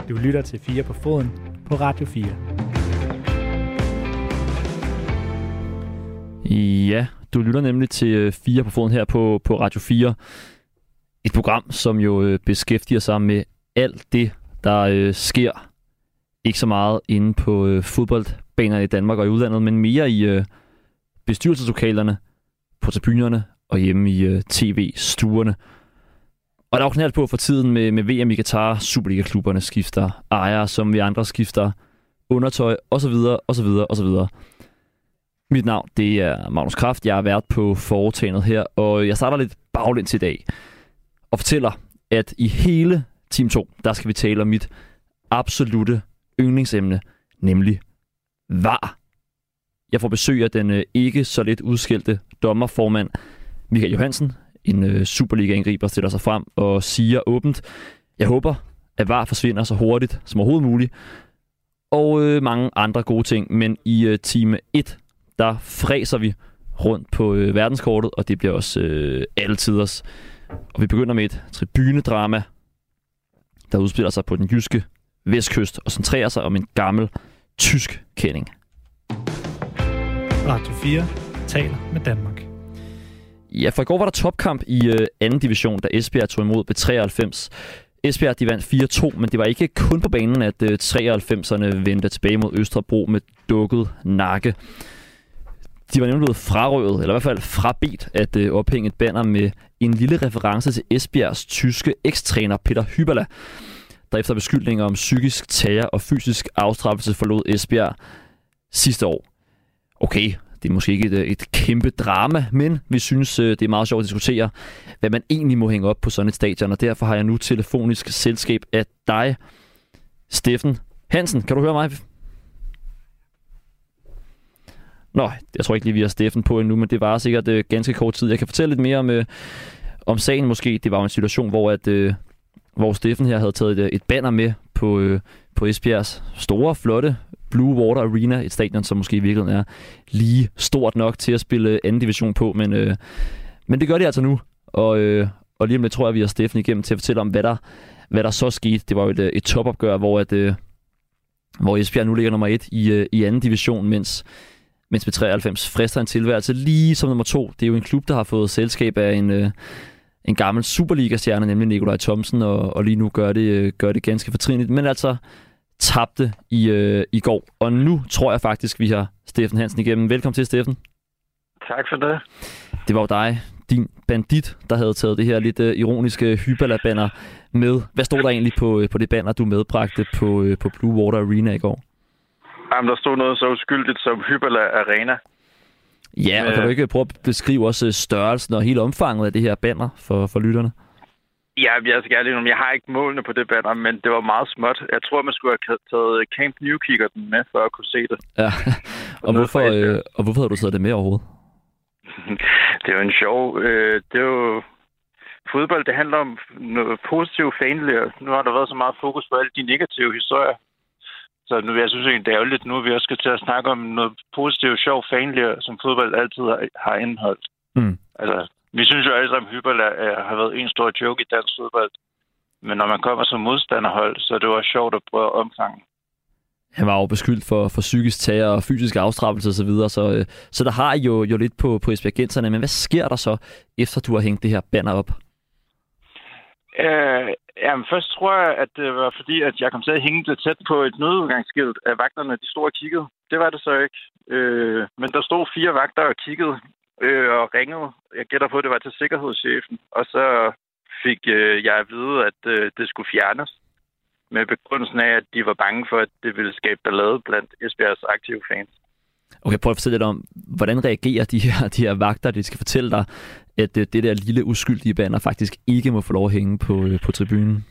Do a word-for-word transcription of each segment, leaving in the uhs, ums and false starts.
Du lytter til fire på foden på Radio fire. Ja, du lytter nemlig til fire på foden her på, på Radio fire. Et program, som jo øh, beskæftiger sig med alt det, der øh, sker. Ikke så meget inde på øh, fodboldbanerne i Danmark og i udlandet, men mere i øh, bestyrelseslokalerne, på tribunerne og hjemme i øh, tv-stuerne. Og der er jo knald på for tiden med, med V M i Qatar. Superliga-klubberne skifter ejere, som vi andre skifter undertøj osv. osv. osv. Mit navn, det er Magnus Kraft. Jeg er vært på foretagendet her, og jeg starter lidt baglæns i dag og fortæller, at i hele Team to, der skal vi tale om mit absolutte yndlingsemne, nemlig V A R. Jeg får besøg af den ikke så lidt udskældte dommerformand Michael Johansen. En Superliga-angriber stiller sig frem og siger åbent, jeg håber, at V A R forsvinder så hurtigt som overhovedet muligt. Og øh, mange andre gode ting. Men i øh, time et, der fræser vi rundt på øh, verdenskortet, og det bliver også øh, altiders. Og vi begynder med et tribunedrama, der udspiller sig på den jyske vestkyst og centrerer sig om en gammel tysk kending. Radio fire taler med Danmark. Ja, for i går var der topkamp i øh, anden division, da Esbjerg tog imod B treoghalvfems. Esbjerg, de vandt fire to, men det var ikke kun på banen, at øh, treoghalvfemserne vendte tilbage mod Østerbro med dukket nakke. De var nemlig blevet frarøvet, eller i hvert fald frabedt, at øh, ophænge et banner med en lille reference til Esbjergs tyske ekstræner Peter Hyballa, der efter beskyldninger om psykisk terror og fysisk afstraffelse forlod Esbjerg sidste år. Okay, det er måske ikke et, et kæmpe drama, men vi synes, det er meget sjovt at diskutere, hvad man egentlig må hænge op på sådan et stadion, og derfor har jeg nu telefonisk selskab af dig, Steffen Hansen. Kan du høre mig? Nå, jeg tror ikke lige, vi har Steffen på endnu, men det var sikkert uh, ganske kort tid. Jeg kan fortælle lidt mere om, uh, om sagen måske. Det var jo en situation, hvor, at, uh, hvor Steffen her havde taget et, et banner med på, uh, på Esbjergs store, flotte Blue Water Arena, et stadion, som måske i virkeligheden er lige stort nok til at spille anden division på, men, øh, men det gør det altså nu, og, øh, og lige om lidt tror jeg, vi har Steffen igennem til at fortælle om, hvad der, hvad der så skete. Det var jo et, et topopgør, hvor, at, øh, hvor Esbjerg nu ligger nummer et i, øh, i anden division, mens, mens B treoghalvfems frister en tilværelse lige som nummer to. Det er jo en klub, der har fået selskab af en, øh, en gammel Superliga-stjerne, nemlig Nikolaj Thomsen, og, og lige nu gør det, øh, gør det ganske fortrinligt, men altså tabte i, øh, i går. Og nu tror jeg faktisk, vi har Steffen Hansen igennem. Velkommen til, Steffen. Tak for det. Det var jo dig, din bandit, der havde taget det her lidt øh, ironiske Hyballa-banner med. Hvad stod der egentlig på, øh, på det banner, du medbragte på, øh, på Blue Water Arena i går? Jamen, der stod noget så uskyldigt som Hyballa Arena. Ja, og kan du ikke prøve at beskrive også størrelsen og hele omfanget af det her banner for, for lytterne? Ja, jeg skal ærlig om, jeg har ikke målene på det banner, men det var meget småt. Jeg tror, man skulle have taget Camp Nou-kikkerten med, for at kunne se det. Ja, og hvorfor, øh, og hvorfor havde du taget det med overhovedet? Det er jo en sjov... Øh, det er jo... Fodbold, det handler om noget positivt fanligere. Nu har der været så meget fokus på alle de negative historier. Så nu jeg synes egentlig, det er ærgerligt nu, at vi også skal til at snakke om noget positivt, sjov fanligere, som fodbold altid har indeholdt. Mm. Altså... Vi synes jo alle sammen, at Hyballa har været en stor joke i dansk fodbold. Men når man kommer som modstanderhold, så er det jo også sjovt at prøve at omfange. Han var jo beskyldt for, for psykisk terror og fysisk afstraffelse osv., så, videre, så, øh, så der har jo, jo lidt på, på esbjergenserne. Men hvad sker der så, efter du har hængt det her banner op? Øh, jamen, først tror jeg, at det var fordi, at jeg kom til at hænge lidt tæt på et nødudgangsskilt af vagterne, de stod og kiggede. Det var det så ikke. Øh, men der stod fire vagter og kiggede. Øh, og ringede. Jeg gætter på, at det var til sikkerhedschefen. Og så fik øh, jeg at vide, at øh, det skulle fjernes. Med begrundelsen af, at de var bange for, at det ville skabe ballade blandt Esbjergs aktive fans. Okay, prøv at fortælle lidt om, hvordan reagerer de her, de her vagter? De skal fortælle dig, at øh, det der lille uskyldige banner faktisk ikke må få lov at hænge på, øh, på tribunen.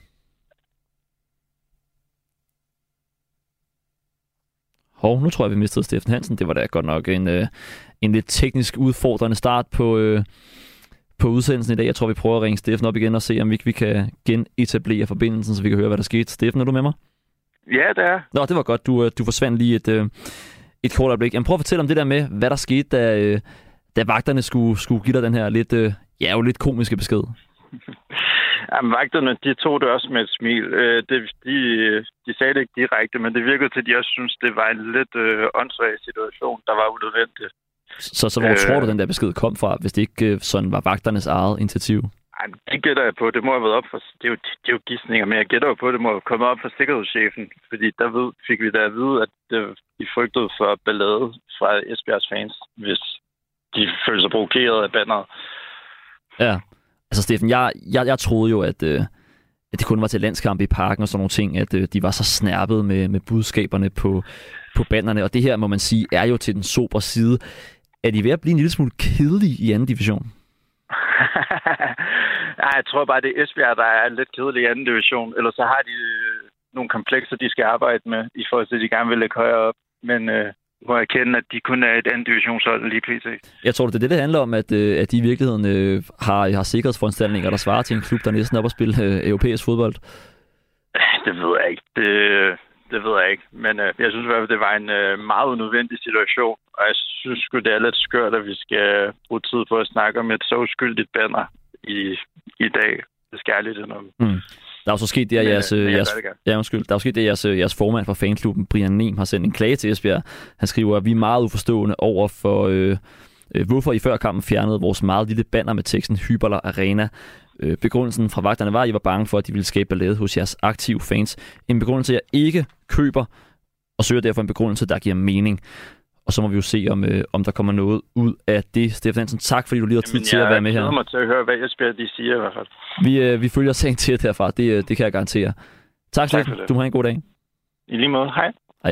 Hov, nu tror jeg, vi mistede Steffen Hansen. Det var da godt nok en, øh, en lidt teknisk udfordrende start på, øh, på udsendelsen i dag. Jeg tror, vi prøver at ringe Steffen op igen og se, om vi, vi kan genetablere forbindelsen, så vi kan høre, hvad der skete. Steffen, er du med mig? Ja, det er. Nå, det var godt. Du, du forsvandt lige et, øh, et kort øjeblik. Jamen, prøv at fortælle om det der med, hvad der skete, da, øh, da vagterne skulle, skulle give dig den her lidt, øh, ja, jo lidt komiske besked. Jamen, vagterne, de tog det også med et smil. Øh, det, de, de sagde det ikke direkte, men det virkede til, at de også synes, det var en lidt øh, åndssvag situation, der var unødvendig. Så, så hvor øh, tror du, den der besked kom fra, hvis det ikke øh, sådan var vagternes eget initiativ? Ej, det gætter jeg på. Det må have været op for... Det er jo, det er jo gidsninger, men jeg gætter jo på, det må have kommet op for sikkerhedschefen. Fordi der ved, fik vi da at vide, at det, de frygtede for ballade fra Esbjergs fans, hvis de følte sig provokeret af banneret. Ja, altså Steffen, jeg, jeg, jeg troede jo, at, øh, at det kun var til landskampe i parken og sådan nogle ting, at øh, de var så snærpet med, med budskaberne på, på bannerne. Og det her, må man sige, er jo til den sobre side. Er de ved at blive en lille smule kedelige i anden division? Nej, jeg tror bare, det er Esbjerg, der er lidt kedelig i anden division. Ellers så har de øh, nogle komplekser, de skal arbejde med, i forhold til, at de gerne vil lægge højere op. Men øh, må jeg erkende, at de kun er et anden divisionshold lige pt. Jeg tror, det er det, det handler om, at, øh, at de i virkeligheden øh, har, har sikkerhedsforanstaltninger, der svarer til en klub, der næsten er op at spille øh, europæisk fodbold. Det ved jeg ikke. Det, det ved jeg ikke. Men øh, jeg synes i hvert fald, det var en øh, meget unødvendig situation. Og jeg synes sgu, det er lidt skørt, at vi skal bruge tid på at snakke om et så uskyldigt banner i, i dag. Det skal jeg lidt indrømme. Mm. Der er jo så sket det, at jeres, men, jeres, ja, undskyld, der er jo sket det, at jeres, jeres formand for fanklubben, Brian Nem, har sendt en klage til Esbjerg. Han skriver, at vi er meget uforstående over for, øh, øh, hvorfor I før kampen fjernede vores meget lille banner med teksten Hyberler Arena. Øh, begrundelsen fra vagterne var, at I var bange for, at de ville skabe ballade hos jeres aktive fans. En begrundelse, jeg ikke køber, og søger derfor en begrundelse, der giver mening. Og så må vi jo se, om, øh, om der kommer noget ud af det. Steffen Hansen, tak fordi du lige har tid Jamen, til at være med her. Jeg glæder mig til at høre, hvad Esbjerg de siger i hvert fald. Vi, øh, vi følger sagen til derfra, det, det kan jeg garantere. Tak, tak Steffen. Du må have en god dag. I lige måde. Hej. Hej.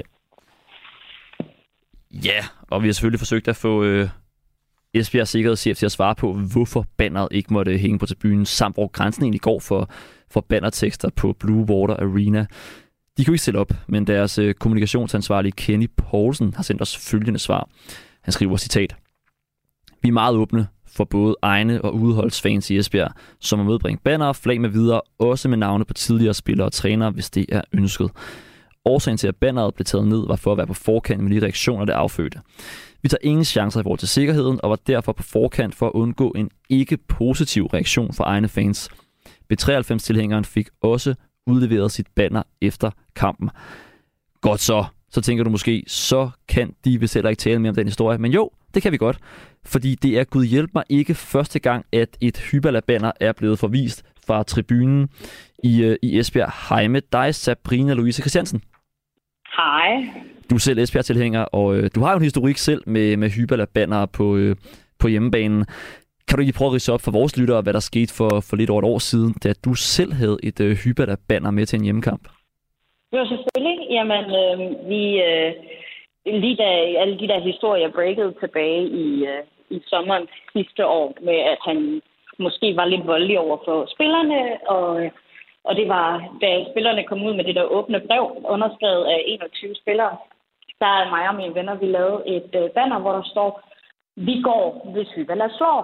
Ja, og vi har selvfølgelig forsøgt at få øh, Esbjergs sikkerhedschef til at svare på, hvorfor banneret ikke måtte hænge på tribunen, samt bruge grænsen i går for, for bannertekster på Blue Water Arena. De kunne ikke stille op, men deres øh, kommunikationsansvarlige Kenny Poulsen har sendt os følgende svar. Han skriver, citat: Vi er meget åbne for både egne og udeholdsfans i Esbjerg, som må medbringe bannere, flag med videre, også med navne på tidligere spillere og trænere, hvis det er ønsket. Årsagen til, at banneret blev taget ned, var for at være på forkant med de reaktioner, der affødte. Vi tager ingen chancer i forhold til sikkerheden, og var derfor på forkant for at undgå en ikke-positiv reaktion fra egne fans. B treoghalvfems-tilhængeren fik også udleveret sit banner efter kampen. Godt så. Så tænker du måske, så kan de vist heller ikke tale mere om den historie. Men jo, det kan vi godt. Fordi det er Gud hjælp mig ikke første gang, at et Hyberla-banner er blevet forvist fra tribunen i, i Esbjerg. Hej med dig, Sabrina Louise Christiansen. Hej. Du er selv Esbjerg-tilhænger, og øh, du har jo en historik selv med, med Hyberla-banner på, øh, på hjemmebanen. Kan du ikke prøve at ridse op for vores lyttere, hvad der skete for, for lidt over et år siden, da du selv havde et øh, Hyberla-banner med til en hjemmekamp? Jo, selvfølgelig. Jamen, øh, vi, øh, lige da alle de der historier breakede tilbage i, øh, i sommeren sidste år, med at han måske var lidt voldelig over for spillerne, og, og det var, da spillerne kom ud med det der åbne brev, underskrevet af enogtyve spillere, der er mig og mine venner, vi lavede et øh, banner, hvor der står, vi går, hvis Hyberla slår.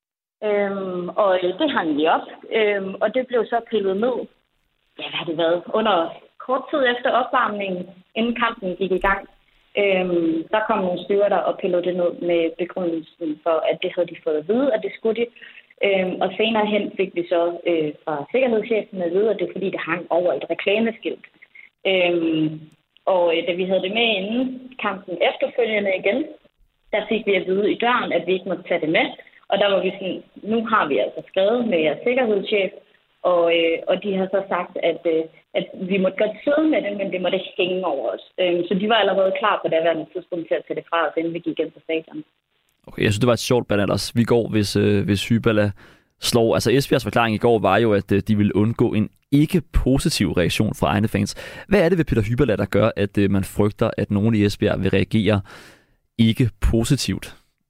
Øhm, og det hang vi op, øhm, og det blev så pillet ned. Ja, hvad har det været? Under kort tid efter opvarmningen, inden kampen gik i gang, øhm, der kom nogle stykker der og pillede det ned med begrundelsen for, at det havde de fået at vide, at det skulle de. Øhm, og senere hen fik vi så øh, fra sikkerhedschefen at vide, at det er fordi, det hang over et reklameskilt. Øhm, og øh, da vi havde det med inden kampen efterfølgende igen, der fik vi at vide i døren, at vi ikke måtte tage det med. Og der var vi sådan, nu har vi altså skrevet med jeres sikkerhedschef, og, øh, og de har så sagt, at, øh, at vi måtte godt sidde med det, men det måtte ikke hænge over os. Øh, så de var allerede klar på det værende tidspunkt til at tage det fra os, inden vi gik ind på stadion. Okay, jeg synes, det var et sjovt banner, ellers. Vi går, hvis, øh, hvis Hyberla slår. Altså Esbjergs forklaring i går var jo, at øh, de ville undgå en ikke-positiv reaktion fra egne fans. Hvad er det ved Peter Hyberla, der gør, at øh, man frygter, at nogen i Esbjerg vil reagere ikke positivt?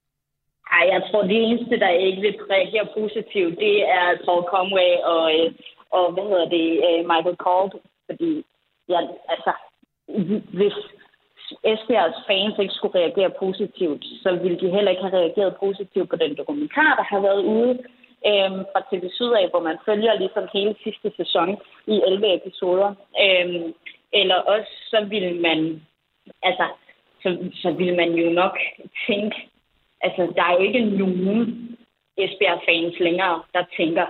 Ej, jeg tror, det eneste, der ikke vil reagere positivt, det er Paul Conway og, og hvad hedder det, Michael Kold. Fordi, ja, altså, hvis Esbjergs fans ikke skulle reagere positivt, så ville de heller ikke have reageret positivt på den dokumentar, der har været ude øhm, fra T V Syd af, hvor man følger ligesom hele sidste sæson i elleve episoder. Øhm, eller også, så ville man, altså, så, så ville man jo nok tænke, altså, der er jo ikke nogen Esbjerg-fans længere, der tænker,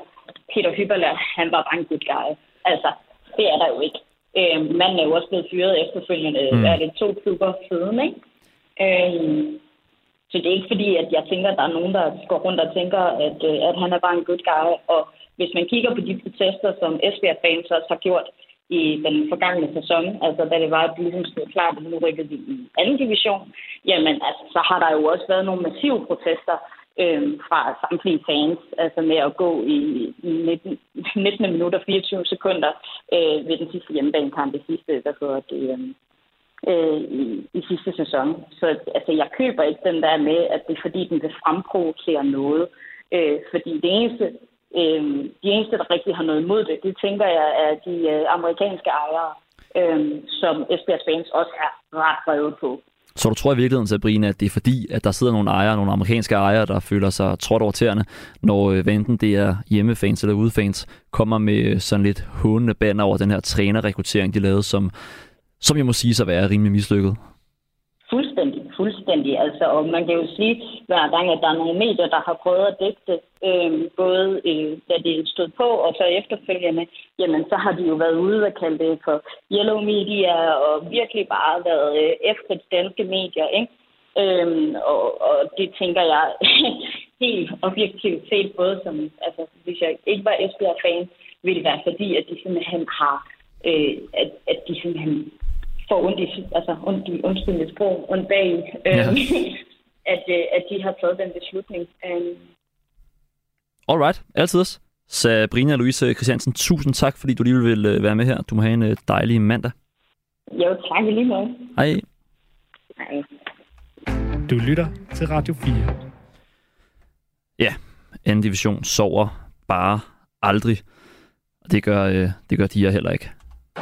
Peter Hyberler, han var bare en good guy. Altså, det er der jo ikke. Øh, manden er jo også blevet fyret efterfølgende. Mm. Er det to klubber siden, ikke? Øh, så det er ikke fordi, at jeg tænker, at der er nogen, der går rundt og tænker, at, at han er bare en good guy. Og hvis man kigger på de protester, som Esbjerg-fans også har gjort i den forgangne sæson, altså da det var, at de ligesom stod klart, at nu rykkede vi i anden division, jamen altså, så har der jo også været nogle massive protester øh, fra samtlige fans, altså med at gå i nitten, nitten minutter og fireogtyve sekunder øh, ved den sidste hjemmebanekamp, det sidste, der hedder det, øh, i, i sidste sæson. Så altså, jeg køber ikke den der med, at det er fordi, den vil fremprovokere noget, øh, fordi det eneste Øhm, de eneste, der rigtig har noget imod det, det tænker jeg er de øh, amerikanske ejere, øhm, som Esbjergs fans også er ret drevet på. Så du tror i virkeligheden, Sabrina, at det er fordi, at der sidder nogle ejere, nogle amerikanske ejere, der føler sig trådt over tæerne, når øh, enten det er hjemmefans eller udefans, kommer med sådan lidt hånende banner over den her trænerrekruttering, de lavede, som, som jeg må sige sig være rimelig mislykket? Fuldstændig, fuldstændig. Altså, og man kan jo sige, hver gang, at der er nogle medier, der har prøvet at dække det, øh, både øh, da det stod på, og så efterfølgende, jamen, så har de jo været ude og kalde det for yellow media, og virkelig bare været øh, efter de danske medier, ikke? Øh, og, og det tænker jeg helt objektivt set, både som, altså, hvis jeg ikke var Esbjerg-fan, ville det være fordi, at de simpelthen har, øh, at, at de simpelthen for ondt i, altså ondt i, undskyld mit sprog, ondt bag, øh, ja. at, øh, at de har taget den beslutning. Øh. Alright, altid. Sabrina Louise Christiansen, tusind tak, fordi du lige vil være med her. Du må have en dejlig mandag. Jo, tak lige måde. Hej. Hej. Du lytter til Radio fire. Ja, anden division sover bare aldrig. Og det gør, øh, det gør de her heller ikke.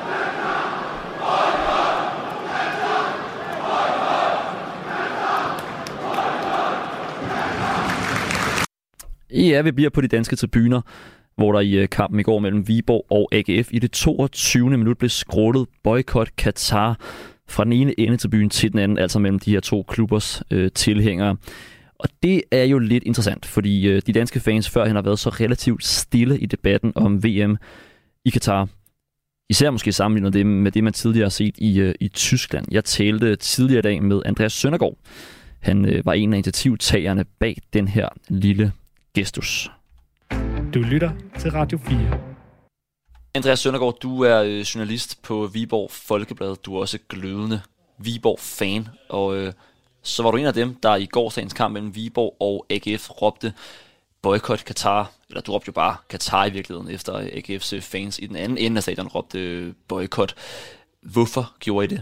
Ja, vi bliver på de danske tribuner, hvor der i kampen i går mellem Viborg og A G F i det toogtyvende minut blev skrottet boykot Katar fra den ene ende tribune til den anden, altså mellem de her to klubbers øh, tilhængere. Og det er jo lidt interessant, fordi øh, de danske fans førhen har været så relativt stille i debatten om V M i Katar. Især måske sammenlignet det med det, man tidligere har set i, øh, i Tyskland. Jeg talte tidligere i dag med Andreas Søndergaard. Han øh, var en af initiativtagerne bag den her lille gestus. Du lytter til Radio fire. Andreas Søndergaard, du er øh, journalist på Viborg Folkeblad. Du er også glødende Viborg-fan. Og øh, så var du en af dem, der i gårsdagens kamp mellem Viborg og A G F råbte boykot Katar. Eller du råbte jo bare Katar i virkeligheden, efter A G F's fans i den anden ende af stadion råbte øh, boykot. Hvorfor gjorde I det?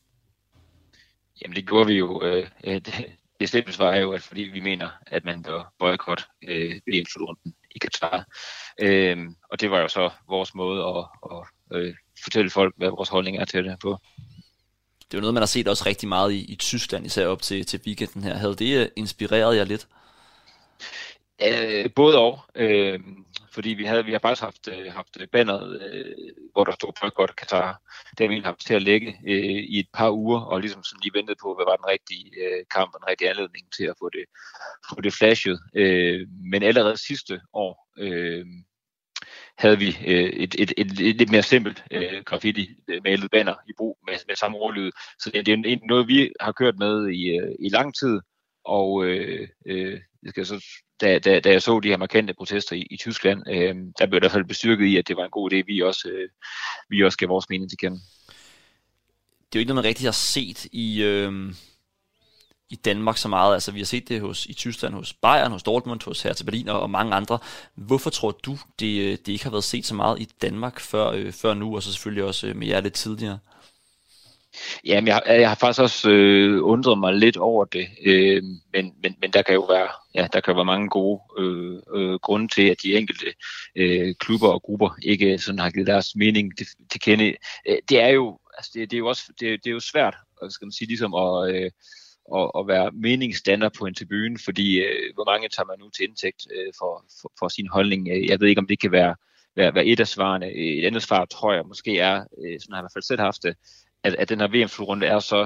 Jamen det gjorde vi jo... Øh, det, det simple svar er jo, at fordi vi mener, at man bør boykotte øh, V M-slutrunden i Katar. Øhm, og det var jo så vores måde at, at øh, fortælle folk, hvad vores holdning er til det på. Det er jo noget, man har set også rigtig meget i, i Tyskland, især op til, til weekenden her. Havde det inspireret jer lidt? Øh, både og. Øh, fordi vi, havde, vi har faktisk haft, haft banneret, øh, hvor der stod boykot Katar. Det har vi haft til at lægge øh, i et par uger, og ligesom sådan lige ventet på, hvad var den rigtige øh, kamp, den rigtige anledning til at få det, få det flashet. Øh, men allerede sidste år øh, havde vi øh, et, et, et, et lidt mere simpelt øh, graffiti-malet banner i brug med, med samme ordlyd. Så det, det er noget, vi har kørt med i, øh, i lang tid, og øh, øh, jeg skal så Da, da, da jeg så de her markante protester i, i Tyskland, øh, der blev i hvert fald bestyrket i, at det var en god idé, vi også, øh, vi også gav vores mening til kende. Det er jo ikke noget, man rigtig har set i, øh, i Danmark så meget. Altså, vi har set det hos, i Tyskland, hos Bayern, hos Dortmund, hos Hertha Berlin og, og mange andre. Hvorfor tror du, det, det ikke har været set så meget i Danmark før, øh, før nu, og så selvfølgelig også med jer lidt tidligere? Jamen, jeg, jeg har faktisk også øh, undret mig lidt over det, øh, men, men, men der kan jo være, ja, der kan være mange gode øh, øh, grunde til, at de enkelte øh, klubber og grupper ikke sådan har givet deres mening til, til kende. Det er jo, altså det, det er jo også, det, det er jo svært, skal man sige, ligesom at, øh, at, at være meningsstander på en tribune, fordi øh, hvor mange tager man nu til indtægt øh, for, for, for sin holdning. Jeg ved ikke, om det kan være, være, være et af svarene. Et andet svar, tror jeg, måske er, øh, sådan har jeg i hvert fald selv haft det, At, at den her V M-slutrunde er så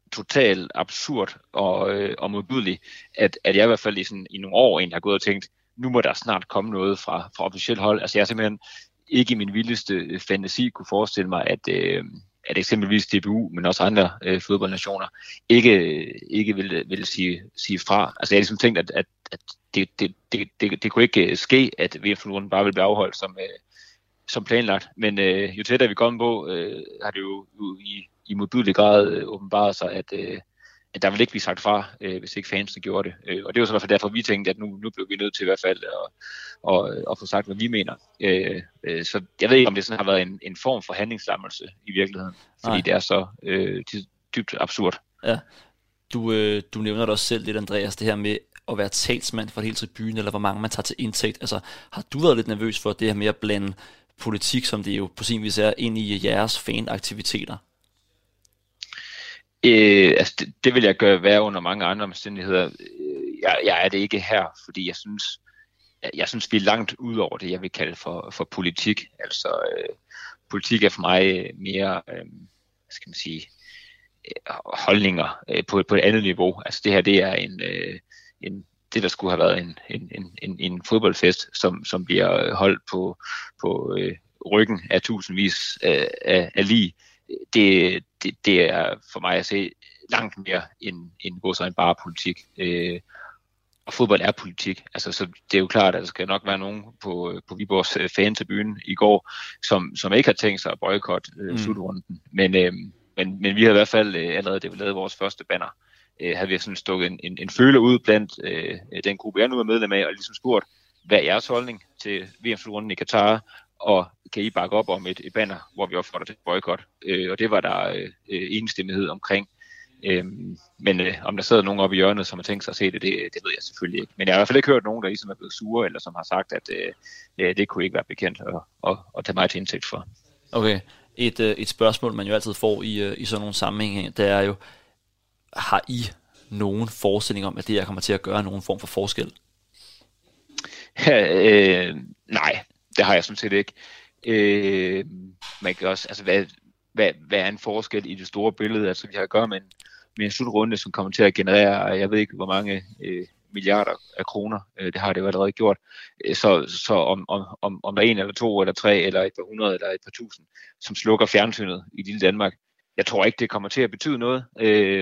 totalt absurd og, øh, og modbydelig, at, at jeg i hvert fald i, sådan, i nogle år egentlig har gået og tænkt, nu må der snart komme noget fra, fra officielt hold. Altså jeg er simpelthen ikke i min vildeste fantasi kunne forestille mig, at, øh, at eksempelvis D B U, men også andre øh, fodboldnationer, ikke, ikke vil, vil sige, sige fra. Altså jeg har ligesom tænkt, at, at, at det, det, det, det, det kunne ikke ske, at V M-slutrunden bare ville blive afholdt som, øh, som planlagt. Men øh, jo tættere vi kommer på, øh, har det jo, jo i, i modbydelig grad øh, åbenbart sig, at, øh, at der vil ikke blive sagt fra, øh, hvis ikke fansene gjorde det. Øh, og det var så derfor, vi tænkte, at nu, nu blev vi nødt til i hvert fald at, at, at få sagt, hvad vi mener. Øh, øh, så jeg ved ikke, om det sådan har været en, en form for handlingslammelse i virkeligheden, fordi Nej. det er så øh, dybt absurd. Ja. Du, øh, du nævner det også selv lidt, Andreas, det her med at være talsmand for hele tribunen, eller hvor mange man tager til indtægt. Altså, har du været lidt nervøs for det her med at blande politik, som det jo på sin vis er, ind i jeres fanaktiviteter? Øh, altså det, det vil jeg gøre være under mange andre omstændigheder. Jeg, jeg er det ikke her, fordi jeg synes, jeg, jeg synes vi er langt ud over det, jeg vil kalde for, for politik. Altså øh, politik er for mig mere, øh, hvad skal man sige, holdninger øh, på, på et andet niveau. Altså det her, det er en, øh, en det, der skulle have været en, en, en, en fodboldfest, som, som bliver holdt på, på øh, ryggen af tusindvis af, af, af lig. Det, det, det er for mig at se langt mere end, end vores egen bare politik. Øh, og fodbold er politik. Altså, så det er jo klart, at der skal nok være nogen på, på Viborgs fantribunen i går, som, som ikke har tænkt sig at boykotte øh, mm. slutrunden. Men, øh, men, men vi har i hvert fald øh, allerede, det vi lavede vores første banner, øh, havde vi sådan stukket en, en, en føler ud blandt øh, den gruppe, jeg nu er medlem af, og ligesom spurgt, hvad er jeres holdning til V M-slutrunden i Katar, og kan I bakke op om et, et banner, hvor vi opfordrer til boykot? Øh, og det var der øh, enstemmighed omkring. Øh, men øh, om der sidder nogen oppe i hjørnet, som har tænkt sig at se det, det, det ved jeg selvfølgelig ikke. Men jeg har i hvert fald ikke hørt nogen, der ligesom er blevet sure, eller som har sagt, at øh, det kunne ikke være bekendt at, at, at tage mig til indtægt for. Okay. Et, øh, et spørgsmål, man jo altid får i, øh, i sådan nogle sammenhænge, det er jo, har I nogen forestilling om, at det her kommer til at gøre nogen form for forskel? Ja, øh, nej. Det har jeg sådan set ikke. Øh, man kan også, altså hvad, hvad, hvad er en forskel i det store billede? Altså vi har at gøre med en, med en slutrunde, som kommer til at generere, jeg ved ikke hvor mange øh, milliarder af kroner. Øh, det har det jo allerede gjort. Øh, så så om, om, om, om der er en eller to eller tre eller et par hundrede eller et par tusind, som slukker fjernsynet i lille Danmark, jeg tror ikke det kommer til at betyde noget. Øh,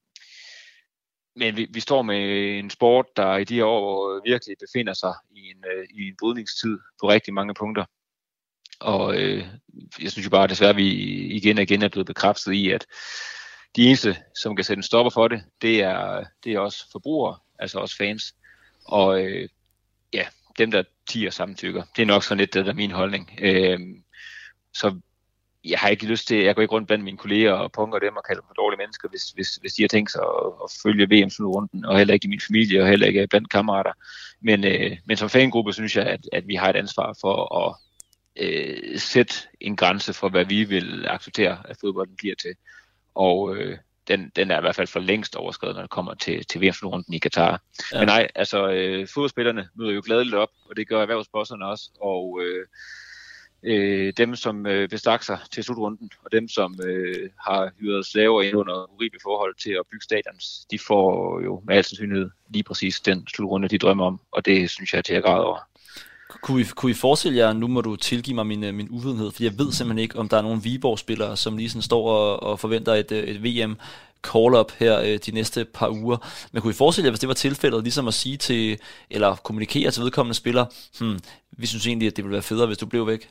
Men vi, vi står med en sport, der i de her år virkelig befinder sig i en, øh, i en brydningstid på rigtig mange punkter. Og øh, jeg synes jo bare, desværre, at vi igen og igen er blevet bekræftet i, at de eneste, som kan sætte en stopper for det, det er, det er også forbrugere, altså også fans. Og øh, ja, dem der tier samtykker, det er nok sådan lidt det, der er min holdning. Øh, så jeg har ikke lyst til, jeg går ikke rundt blandt mine kolleger og punker dem og kalder dem for dårlige mennesker, hvis, hvis, hvis de har tænkt sig at, at følge V M-slutrunden, og heller ikke i min familie, og heller ikke blandt kammerater. Men, øh, men som fangruppe synes jeg, at, at vi har et ansvar for at øh, sætte en grænse for, hvad vi vil acceptere, at fodbolden bliver til. Og øh, den, den er i hvert fald for længst overskredet, når det kommer til, til V M-slutrunden i Katar. Ja. Men nej, altså øh, fodboldspillerne møder jo gladeligt op, og det gør erhvervsbosserne også, og øh, Øh, dem, som øh, bestak sig til slutrunden, og dem, som øh, har hyret slaver ind under urimelige forhold til at bygge stadions, de får jo med al sandsynlighed lige præcis den slutrunde, de drømmer om, og det synes jeg er til at græde over. Kunne I, kunne I forestille jer, nu må du tilgive mig min, min uvidenhed, for jeg ved simpelthen ikke, om der er nogle Viborg-spillere, som lige sådan står og, og forventer et, et V M call-up her de næste par uger. Men kunne I forestille jer, hvis det var tilfældet, ligesom at sige til, eller kommunikere til vedkommende spillere, hmm, vi synes egentlig, at det ville være federe, hvis du blev væk?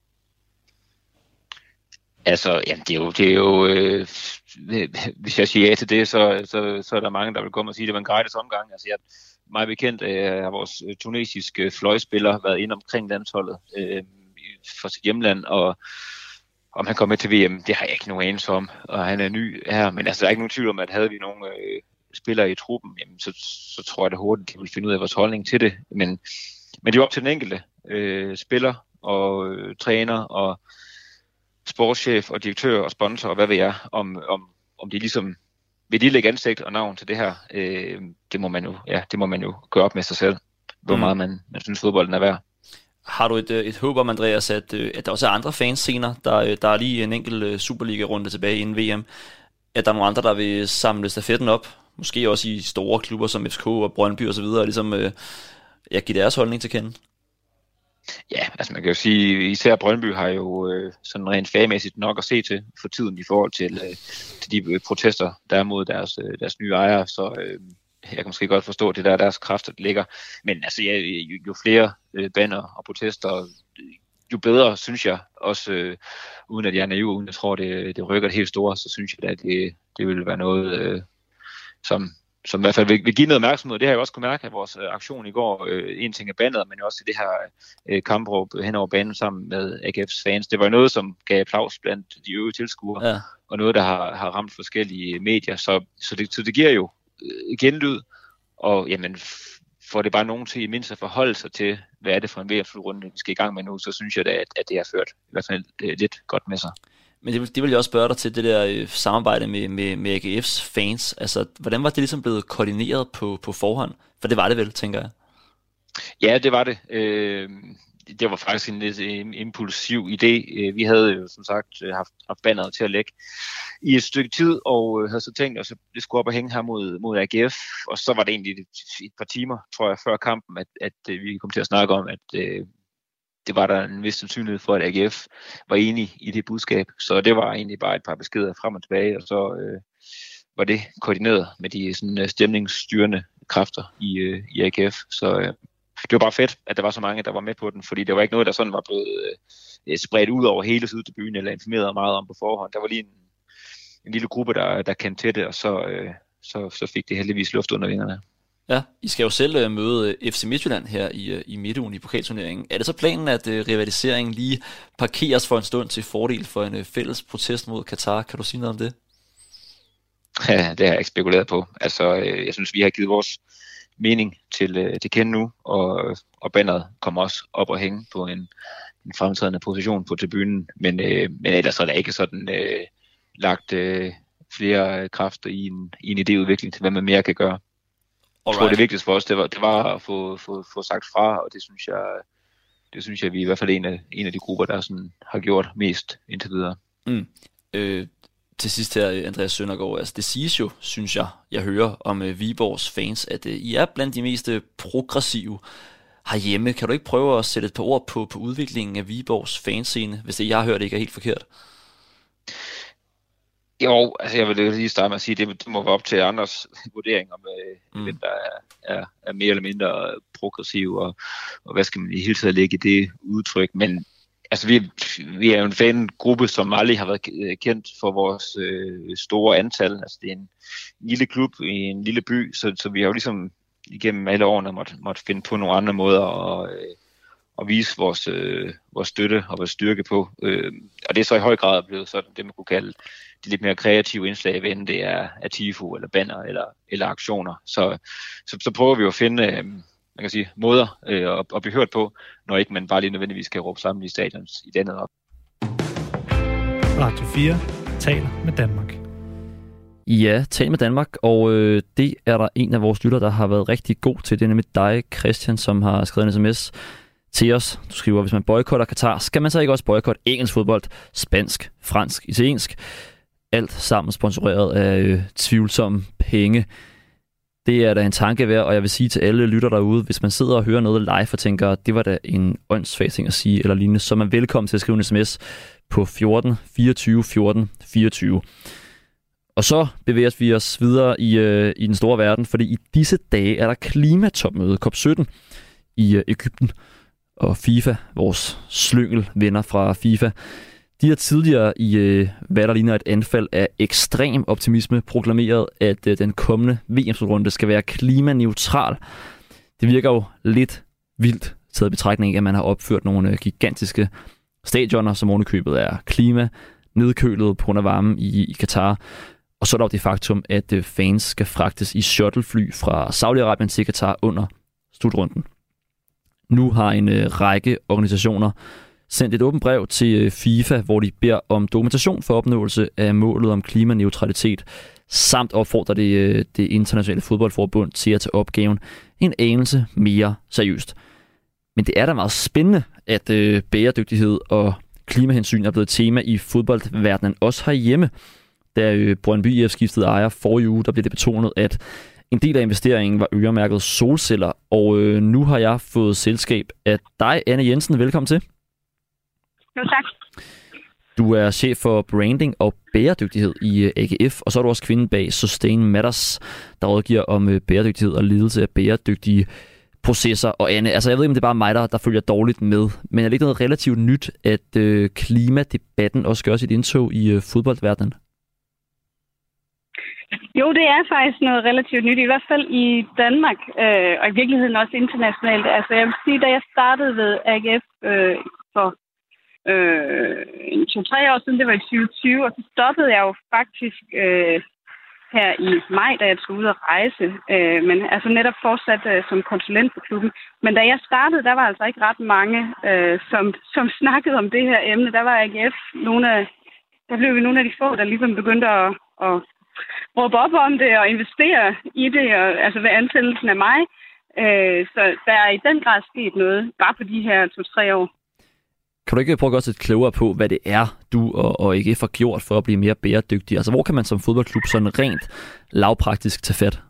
Altså, jamen, det er jo, det er jo øh, hvis jeg siger ja til det, så, så, så er der mange, der vil komme og sige, at det var en gratis omgang. Altså, jeg, meget bekendt øh, har vores tunesiske fløjspiller været inde omkring landsholdet øh, for sit hjemland, og om han kommer med til V M, det har jeg ikke nogen anelse om, og han er ny her, men altså, der er ikke nogen tvivl om, at havde vi nogle øh, spillere i truppen, jamen, så, så tror jeg det hurtigt, de vil finde ud af vores holdning til det, men, men det er op til den enkelte øh, spiller og øh, træner og sportschef og direktør og sponsor og hvad ved jeg, om, om, om de ligesom vil de lægge ansigt og navn til det her. Øh, det må man jo, ja, det må man jo gøre op med sig selv, hvor mm. meget man, man synes fodbolden er værd. Har du et, et håb om, Andreas, at, at der også er andre fanscener, der, der er lige en enkelt Superliga-runde tilbage inden V M, at der er nogle andre, der vil samle stafetten op, måske også i store klubber som F C K og Brøndby og så videre, og ligesom øh, jeg giver deres holdning til kende? Ja, altså man kan jo sige, især Brøndby har jo øh, sådan rent fagmæssigt nok at se til for tiden i forhold til, øh, til de protester, der er mod deres, øh, deres nye ejere, så øh, jeg kan måske godt forstå, at det der deres kræfter ligger. Men altså, ja, jo, jo flere øh, banner og protester, jo bedre, synes jeg, også øh, uden at jeg er naiv, uden jeg tror, det, det rykker det helt store, så synes jeg, at det, det vil være noget, øh, som... som i hvert fald vil, vil give noget opmærksomhed. Det har jeg også kunne mærke af vores øh, aktion i går. Øh, en ting er bandet, men også det her øh, kampråb hen over banen sammen med A G F's fans. Det var noget, som gav applaus blandt de øvrige tilskuere, ja. Og noget, der har, har ramt forskellige medier. Så, så, det, så det giver jo øh, genlyd, og jamen, får det bare nogen til i mindst at forholde sig til, hvad er det for en V M-slutrunde, vi skal i gang med nu, så synes jeg da, at, at det har ført i hvert fald øh, lidt godt med sig. Men det, det vil jeg også spørge dig til, det der øh, samarbejde med, med, med A G F's fans. Altså, hvordan var det ligesom blevet koordineret på, på forhånd? For det var det vel, tænker jeg. Ja, det var det. Øh, det var faktisk en lidt en impulsiv idé. Vi havde jo som sagt haft, haft banneret til at lægge i et stykke tid, og havde så tænkt os, at det skulle op og hænge her mod, mod A G F. Og så var det egentlig et, et par timer, tror jeg, før kampen, at, at vi kom til at snakke om, at øh, det var der en vis sandsynlighed for, at A G F var enig i det budskab. Så det var egentlig bare et par beskeder frem og tilbage, og så øh, var det koordineret med de sådan, stemningsstyrende kræfter i, øh, i A G F. Så øh, det var bare fedt, at der var så mange, der var med på den, fordi det var ikke noget, der sådan var blevet øh, spredt ud over hele Sydtribunen eller informeret meget om på forhånd. Der var lige en, en lille gruppe, der, der kendte til det, og så, øh, så, så fik det heldigvis luft under vingerne. Ja, I skal jo selv uh, møde F C Midtjylland her i, uh, i midtugen i pokalturneringen. Er det så planen, at uh, rivaliseringen lige parkeres for en stund til fordel for en uh, fælles protest mod Katar? Kan du sige noget om det? Ja, det har jeg ikke spekuleret på. Altså, øh, jeg synes, vi har givet vores mening til, øh, til kende nu, og, og banneret kommer også op og hænge på en, en fremtrædende position på tribunen. Men, øh, men ellers er der ikke sådan øh, lagt øh, flere kræfter i en, i en idéudvikling til, hvad man mere kan gøre. Jeg tror, det vigtigste for os, det var, det var at få, få, få sagt fra, og det synes jeg, det synes jeg, vi er i hvert fald en af, en af de grupper, der sådan har gjort mest indtil videre. Mm. Øh, til sidst her, Andreas Søndergaard, altså det siges jo, synes jeg, jeg hører om uh, Viborgs fans, at uh, I er blandt de mest progressive herhjemme. Kan du ikke prøve at sætte et par ord på, på udviklingen af Viborgs fanscene, hvis det, jeg har hørt, ikke er helt forkert? Jo, altså jeg vil lige starte med at sige, at det må være op til andres vurdering om, mm. hvem der er, er, er mere eller mindre progressiv, og, og hvad skal man i hele tiden lægge i det udtryk. Men altså vi, vi er jo en fangruppe, som aldrig har været kendt for vores øh, store antal. Altså det er en, en lille klub i en lille by, så, så vi har jo ligesom igennem alle årene måtte, måtte finde på nogle andre måder at, øh, at vise vores, øh, vores støtte og vores styrke på. Øh, og det er så i høj grad blevet sådan det, man kunne kalde de lidt mere kreative indslag, enten det er, er tifo eller banner eller, eller aktioner. Så, så, så prøver vi jo at finde øh, man kan sige, måder øh, at, at blive hørt på, når ikke man bare lige nødvendigvis kan råbe sammen i stadion i denne op. Radio fire taler med Danmark. Ja, tal med Danmark, og øh, det er der en af vores lytter, der har været rigtig god til. Det er nemlig dig, Christian, som har skrevet en sms til os. Du skriver, hvis man boykotter Katar, skal man så ikke også boykotte engelsk fodbold, spansk, fransk, italiensk? Alt sammen sponsoreret af øh, tvivlsomme penge. Det er da en tanke værd, og jeg vil sige til alle lytter derude, hvis man sidder og hører noget live og tænker, det var da en åndssvag ting at sige eller lignende, så er man velkommen til at skrive en sms på fjorten fireogtyve fjorten fireogtyve. Og så bevæger vi os videre i, øh, i den store verden, fordi i disse dage er der klimatopmøde C O P sytten i øh, Egypten. Og FIFA, vores slyngelvenner fra FIFA, de har tidligere i, øh, hvad der ligner et anfald af ekstrem optimisme, proklameret, at øh, den kommende V M-slutrunde skal være klimaneutral. Det virker jo lidt vildt, taget i betragtning af, at man har opført nogle øh, gigantiske stadioner, som ovenikøbet er klima nedkølet på grund af varmen i, i Katar. Og så er der jo det faktum, at øh, fans skal fragtes i shuttlefly fra Saudi-Arabien til Katar under slutrunden. Nu har en øh, række organisationer sendt et åbent brev til øh, FIFA, hvor de beder om dokumentation for opnåelse af målet om klimaneutralitet, samt opfordrer det, øh, det internationale fodboldforbund til at tage opgaven en anelse mere seriøst. Men det er da meget spændende, at øh, bæredygtighed og klimahensyn er blevet tema i fodboldverdenen, også herhjemme. Da øh, Brøndby I F skiftede ejer forrige uge, der blev det betonet, at En del af investeringen var øremærket solceller, og øh, nu har jeg fået selskab af dig, Anne Jensen. Velkommen til. Jo, tak. Du er chef for branding og bæredygtighed i A G F, og så er du også kvinden bag Sustain Matters, der rådgiver om bæredygtighed og ledelse af bæredygtige processer. Og Anne, altså jeg ved ikke, om det er bare mig, der, der følger dårligt med, men er det ikke noget relativt nyt, at øh, klimadebatten også gør sit indtog i øh, fodboldverdenen? Jo, det er faktisk noget relativt nyt, i hvert fald i Danmark, øh, og i virkeligheden også internationalt. Altså jeg vil sige, da jeg startede ved A G F øh, for øh, to-tre år siden, det var i tyve tyve, og så stoppede jeg jo faktisk øh, her i maj, da jeg tog ud og rejse, øh, men altså netop fortsat øh, som konsulent for klubben. Men da jeg startede, der var altså ikke ret mange, øh, som, som snakkede om det her emne. Der var A G F nogle af, der blev vi nogle af de få, der ligesom begyndte at, at råbe op om det og investere i det, og, altså ved ansættelsen af mig. Øh, så der er i den grad sket noget, bare på de her to-tre år. Kan du ikke prøve at gøre lidt klogere på, hvad det er, du og, og A G F har gjort for at blive mere bæredygtig? Altså, hvor kan man som fodboldklub sådan rent lavpraktisk tage fat?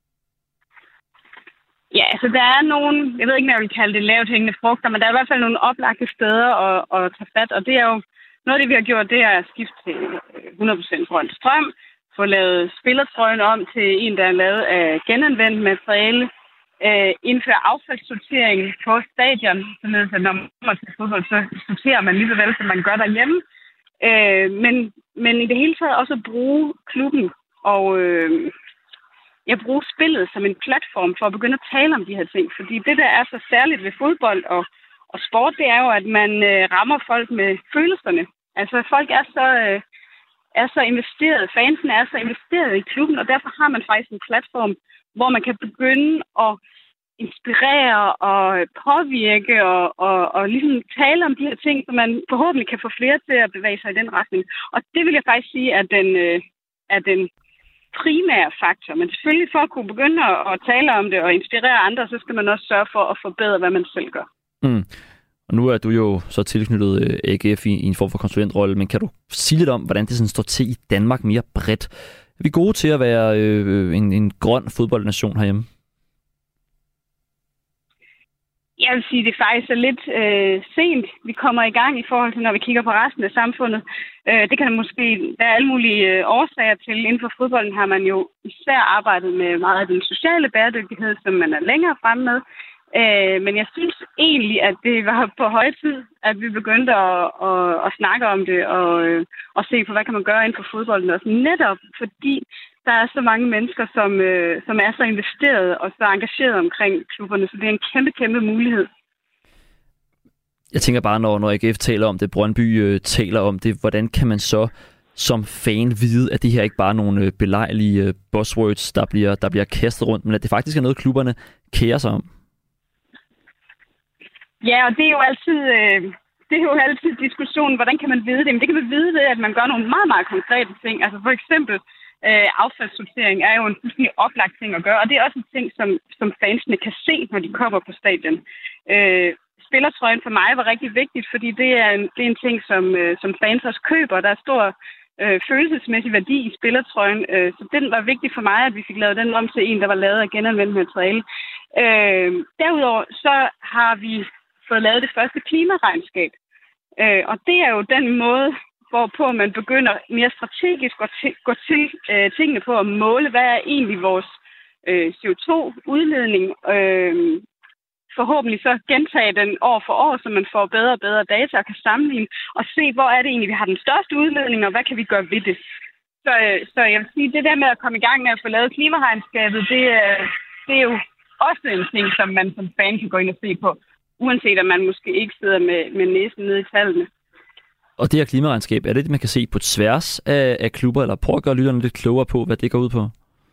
Ja, altså der er nogle, jeg ved ikke, hvad jeg vil kalde det lavt hængende frugter, men der er i hvert fald nogle oplagte steder at, at tage fat, og det er jo noget af det, vi har gjort, det er at skifte til hundrede procent grøn strøm, få lavet spillertrøjen om til en, der er lavet af genanvendt materiale, øh, indføre affaldssortering på stadion, således at når man kommer til fodbold, så sorterer man lige så vel, som man gør derhjemme. Øh, men, men i det hele taget også at bruge klubben og øh, jeg bruger spillet som en platform for at begynde at tale om de her ting. Fordi det, der er så særligt ved fodbold og, og sport, det er jo, at man øh, rammer folk med følelserne. Altså folk er så... Øh, er så investeret, fansen er så investeret i klubben, og derfor har man faktisk en platform, hvor man kan begynde at inspirere og påvirke og, og, og ligesom tale om de her ting, så man forhåbentlig kan få flere til at bevæge sig i den retning. Og det vil jeg faktisk sige er den, øh, er den primære faktor. Men selvfølgelig for at kunne begynde at, at tale om det og inspirere andre, så skal man også sørge for at forbedre, hvad man selv gør. Mm. Og nu er du jo så tilknyttet A G F i, i en form for konsulentrolle, men kan du sige lidt om, hvordan det sådan står til i Danmark mere bredt? Er vi gode til at være øh, en, en grøn fodboldnation herhjemme? Jeg vil sige, at det faktisk er lidt øh, sent, vi kommer i gang i forhold til, når vi kigger på resten af samfundet. Øh, det kan der måske være alle mulige øh, årsager til. Inden for fodbolden har man jo især arbejdet med meget af den sociale bæredygtighed, som man er længere fremme med. Øh, men jeg synes egentlig, at det var på høje tid, at vi begyndte at, at, at snakke om det og, øh, og se på, hvad kan man gøre inden for fodbolden også. Netop fordi der er så mange mennesker, som, øh, som er så investeret og så engageret omkring klubberne, så det er en kæmpe, kæmpe mulighed. Jeg tænker bare, når, når A G F taler om det, Brøndby øh, taler om det, hvordan kan man så som fan vide, at det her ikke bare er nogle belejlige øh, buzzwords, der bliver, der bliver kastet rundt, men at det faktisk er noget, klubberne kærer sig om? Ja, og det er jo altid, øh, det er jo altid diskussionen, hvordan kan man vide det? Men det kan man vide ved, at man gør nogle meget, meget konkrete ting. Altså for eksempel øh, affaldssortering er jo en fuldstændig oplagt ting at gøre, og det er også en ting, som, som fansene kan se, når de kommer på stadion. Øh, spillertrøjen for mig var rigtig vigtigt, fordi det er en, det er en ting, som, øh, som fans også køber. Der er stor øh, følelsesmæssig værdi i spillertrøjen, øh, så den var vigtig for mig, at vi fik lavet den om til en, der var lavet af genanvendt materiale. Øh, derudover så har vi fået lavet det første klimaregnskab. Øh, og det er jo den måde, hvorpå man begynder mere strategisk at t- gå til øh, tingene på at måle, hvad er egentlig vores øh, C O to udledning. Øh, forhåbentlig så gentage den år for år, så man får bedre og bedre data og kan sammenligne og se, hvor er det egentlig, vi har den største udledning, og hvad kan vi gøre ved det. Så, øh, så jeg vil sige, det der med at komme i gang med at få lavet klimaregnskabet, det, øh, det er jo også en ting, som man som fan kan gå ind og se på, uanset at man måske ikke sidder med, med næsen nede i tallene. Og det her klimaregnskab, er det det, man kan se på tværs af, af klubber, eller prøve at gøre lytterne lidt klogere på, hvad det går ud på?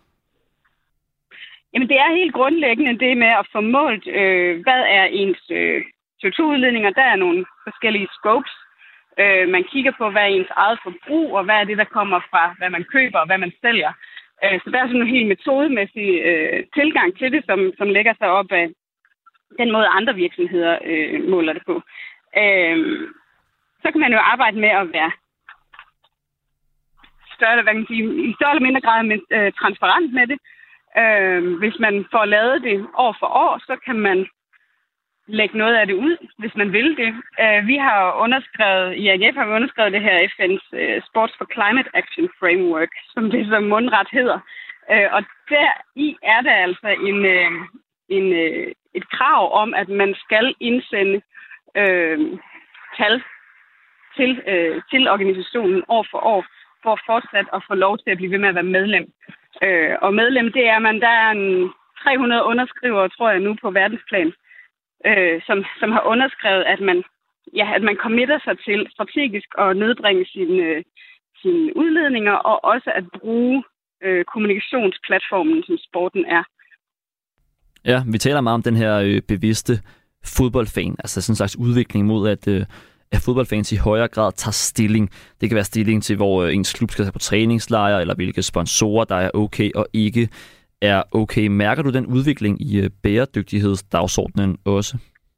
Jamen, det er helt grundlæggende det med at få målt, øh, hvad er ens øh, C O to udledninger. Der er nogle forskellige scopes. Øh, man kigger på, hvad er ens eget forbrug, og hvad er det, der kommer fra, hvad man køber og hvad man sælger. Øh, så der er sådan en helt metodemæssig øh, tilgang til det, som, som lægger sig op af den måde, andre virksomheder øh, måler det på. Øh, så kan man jo arbejde med at være større, hvad kan man sige, i større eller mindre grad med, øh, transparent med det. Øh, hvis man får lavet det år for år, så kan man lægge noget af det ud, hvis man vil det. Øh, vi har underskrevet, i A G F har vi underskrevet det her F N's uh, Sports for Climate Action Framework, som det som mundret hedder. Øh, og deri er der altså en, øh, en, øh, et krav om, at man skal indsende øh, tal til, øh, til organisationen år for år, for fortsat at få lov til at blive ved med at være medlem. Øh, og medlem, det er man, der er en tre hundrede underskrivere, tror jeg nu, på verdensplan, øh, som, som har underskrevet, at man, ja, at man committer sig til strategisk at nedbringe sine, øh, sine udledninger, og også at bruge øh, kommunikationsplatformen, som sporten er. Ja, vi taler meget om den her øh, bevidste fodboldfan, altså sådan en slags udvikling mod, at, øh, at fodboldfans i højere grad tager stilling. Det kan være stilling til, hvor øh, ens klub skal tage på træningslejre, eller hvilke sponsorer, der er okay og ikke er okay. Mærker du den udvikling i øh, bæredygtighedsdagsordenen også?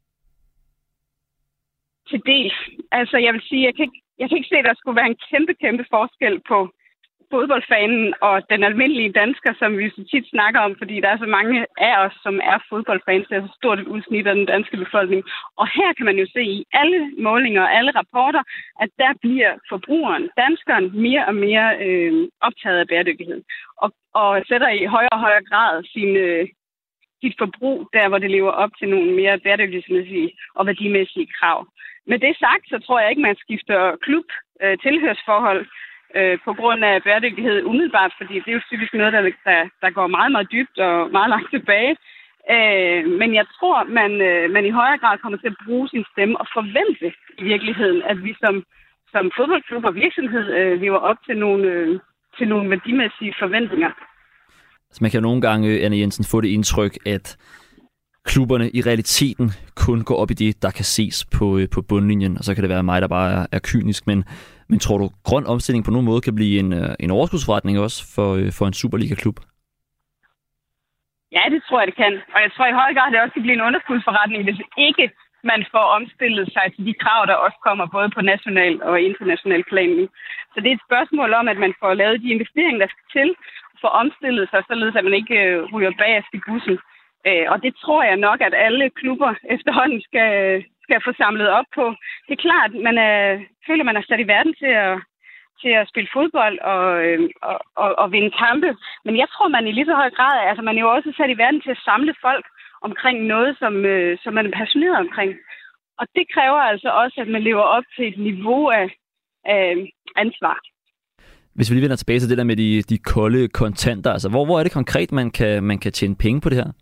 Til dels. Altså, jeg vil sige, jeg kan ikke, jeg kan ikke se, at der skulle være en kæmpe, kæmpe forskel på fodboldfanen og den almindelige dansker, som vi så tit snakker om, fordi der er så mange af os, som er fodboldfans. Det er så stort et udsnit af den danske befolkning. Og her kan man jo se i alle målinger og alle rapporter, at der bliver forbrugeren, danskeren, mere og mere øh, optaget af bæredygtighed. Og, og sætter i højere og højere grad sin, øh, sit forbrug der, hvor det lever op til nogle mere bæredygtighedsmæssige og værdimæssige krav. Med det sagt, så tror jeg ikke, man skifter klub, øh, tilhørsforhold, på grund af bæredygtighed umiddelbart, fordi det er jo typisk noget, der, der, der går meget, meget dybt og meget langt tilbage. Øh, men jeg tror, man, øh, man i højere grad kommer til at bruge sin stemme og forvente i virkeligheden, at vi som, som fodboldklub og virksomhed øh, lever op til nogle, øh, til nogle værdimæssige forventninger. Altså man kan jo nogle gange, Anne Jensen, få det indtryk, at klubberne i realiteten kun går op i det, der kan ses på, på bundlinjen, og så kan det være mig, der bare er, er kynisk, men Men tror du, grøn omstilling på nogen måde kan blive en, en overskudsforretning også for, for en Superliga-klub? Ja, det tror jeg, det kan. Og jeg tror i høj grad, det også kan blive en underskudsforretning, hvis ikke man får omstillet sig til de krav, der også kommer både på national og international plan. Så det er et spørgsmål om, at man får lavet de investeringer, der skal til, for omstillet sig, således at man ikke ryger bagerst i bussen. Og det tror jeg nok, at alle klubber efterhånden skal... skal få samlet op på. Det er klart, man er, føler, man er sat i verden til at, til at spille fodbold og, og, og, og vinde kampe. Men jeg tror, man i lige så høj grad, altså man er jo også sat i verden til at samle folk omkring noget, som, som man er passioneret omkring. Og det kræver altså også, at man lever op til et niveau af, af ansvar. Hvis vi lige vender tilbage til det der med de, de kolde kontanter, altså hvor, hvor er det konkret, man kan, man kan tjene penge på det her?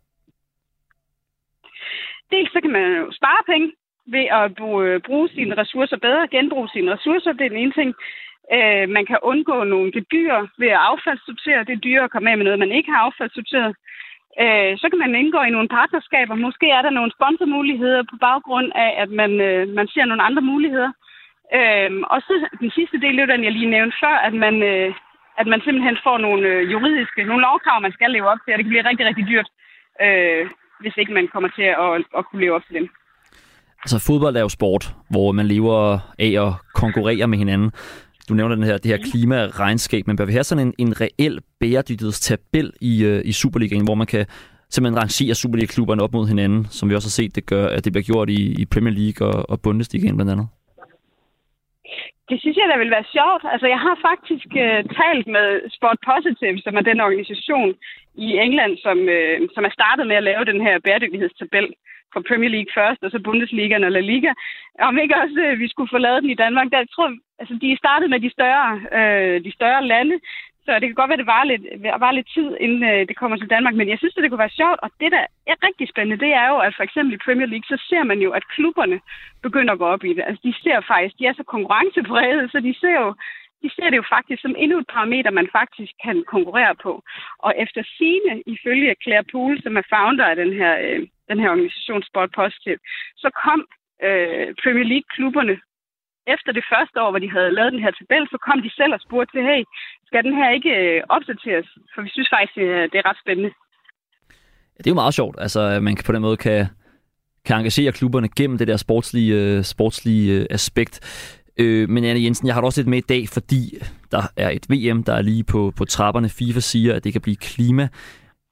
Dels så kan man jo spare penge ved at bruge sine ressourcer bedre, genbruge sine ressourcer, det er den ene ting. Øh, man kan undgå nogle gebyrer ved at affaldssortere. Det er dyrere at komme af med noget, man ikke har affaldssorteret. Øh, så kan man indgå i nogle partnerskaber. Måske er der nogle sponsormuligheder på baggrund af, at man, øh, man ser nogle andre muligheder. Øh, og så den sidste del, det er den, jeg lige nævnte før, at man, øh, at man simpelthen får nogle øh, juridiske, nogle lovkrav, man skal leve op til, og det kan blive rigtig, rigtig dyrt, øh, hvis ikke man kommer til at, at kunne leve op til dem. Altså fodbold er jo sport, hvor man lever af at konkurrere med hinanden. Du nævner den her, det her klimaregnskab, men bør vi have sådan en, en reel bæredygtighedstabel i, uh, i Superligaen, hvor man kan simpelthen rangere Superliga-klubberne op mod hinanden, som vi også har set, det gør, at det bliver gjort i, i Premier League og, og Bundesligaen blandt andet? Det synes jeg, der vil være sjovt. Altså, jeg har faktisk uh, talt med Sport Positive, som er den organisation i England, som, uh, som er startet med at lave den her bæredygtighedstabel for Premier League først, og så Bundesliga og La Liga. Om ikke også uh, vi skulle få lavet den i Danmark. Der, jeg tror, altså, de er startet med de større, uh, de større lande, så det kan godt være, at det var lidt, var lidt tid, inden uh, det kommer til Danmark. Men jeg synes, at det kunne være sjovt, og det, der er rigtig spændende, det er jo, at for eksempel i Premier League, så ser man jo, at klubberne begynder at gå op i det. Altså, de ser faktisk, de er så konkurrenceprægede, så de ser jo De ser det jo faktisk som endnu et parameter, man faktisk kan konkurrere på. Og efter sigende, ifølge Claire Poole, som er founder af den her, øh, den her organisation Sport Positive, så kom øh, Premier League-klubberne efter det første år, hvor de havde lavet den her tabel, så kom de selv og spurgte til, hey, skal den her ikke øh, opdateres? For vi synes faktisk, øh, det er ret spændende. Ja, det er jo meget sjovt. Altså, man kan på den måde kan, kan engagere klubberne gennem det der sportslige, øh, sportslige øh, aspekt. Øh, men Anne Jensen, jeg har også lidt med i dag, fordi der er et V M, der er lige på, på trapperne. FIFA siger, at det kan blive klima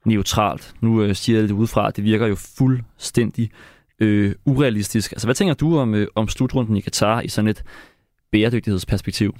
neutralt. Nu øh, siger jeg lidt udefra, at det virker jo fuldstændig øh, urealistisk. Altså, hvad tænker du om, øh, om slutrunden i Katar i sådan et bæredygtighedsperspektiv?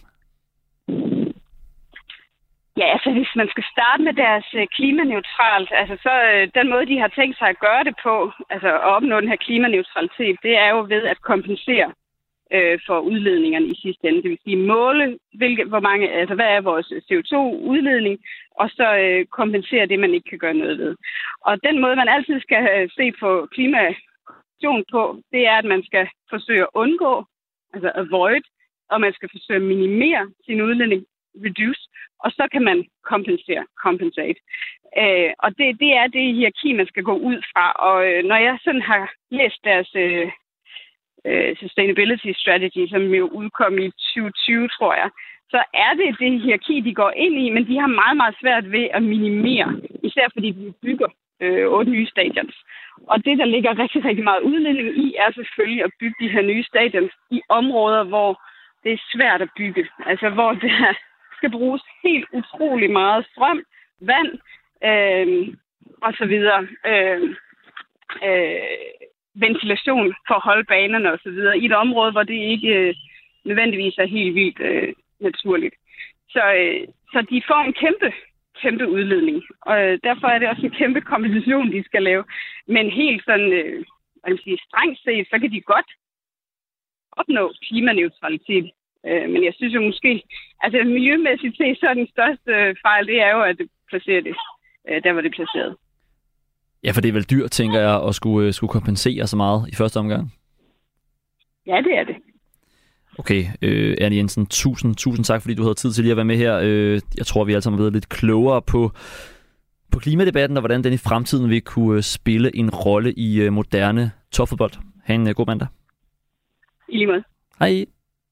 Ja, altså hvis man skal starte med deres øh, klimaneutralt, altså så øh, den måde, de har tænkt sig at gøre det på, altså at opnå den her klimaneutralitet, det er jo ved at kompensere øh, for udledningerne i sidste ende. Det vil sige måle, hvilke, hvor mange, altså hvad er vores C O to udledning, og så øh, kompensere det, man ikke kan gøre noget ved. Og den måde, man altid skal øh, se på klimakommission på, det er, at man skal forsøge at undgå, altså avoid, og man skal forsøge at minimere sin udledning, reduce, og så kan man kompensere, compensate. Øh, og det, det er det hierarki, man skal gå ud fra. Og øh, når jeg sådan har læst deres øh, øh, sustainability strategy, som jo udkom i tyve tyve, tror jeg, så er det det hierarki, de går ind i, men de har meget, meget svært ved at minimere, især fordi de bygger øh, otte nye stadions. Og det, der ligger rigtig, rigtig meget udledning i, er selvfølgelig at bygge de her nye stadions i områder, hvor det er svært at bygge. Altså, hvor det skal bruges helt utrolig meget strøm, vand øh, og så videre. Øh, øh, ventilation for at holde banerne og så videre. I et område, hvor det ikke øh, nødvendigvis er helt vildt øh, naturligt. Så, øh, så de får en kæmpe, kæmpe udledning. Og øh, derfor er det også en kæmpe kompensation, de skal lave. Men helt sådan, øh, hvad kan man sige, strengt set, så kan de godt opnå klimaneutralitet. Øh, men jeg synes jo måske, altså miljømæssigt set, så er den største fejl, det er jo, at det placerer det, øh, der hvor det er placeret. Ja, for det er vel dyrt, tænker jeg, at skulle, skulle kompensere så meget i første omgang. Ja, det er det. Okay, øh, Ernie Jensen, tusind, tusind tak, fordi du havde tid til lige at være med her. Øh, jeg tror, vi alle sammen er blevet lidt klogere på, på klimadebatten, og hvordan den i fremtiden vil kunne spille en rolle i uh, moderne topfodbold. Ha' en uh, god mandag. I lige måde. Hej.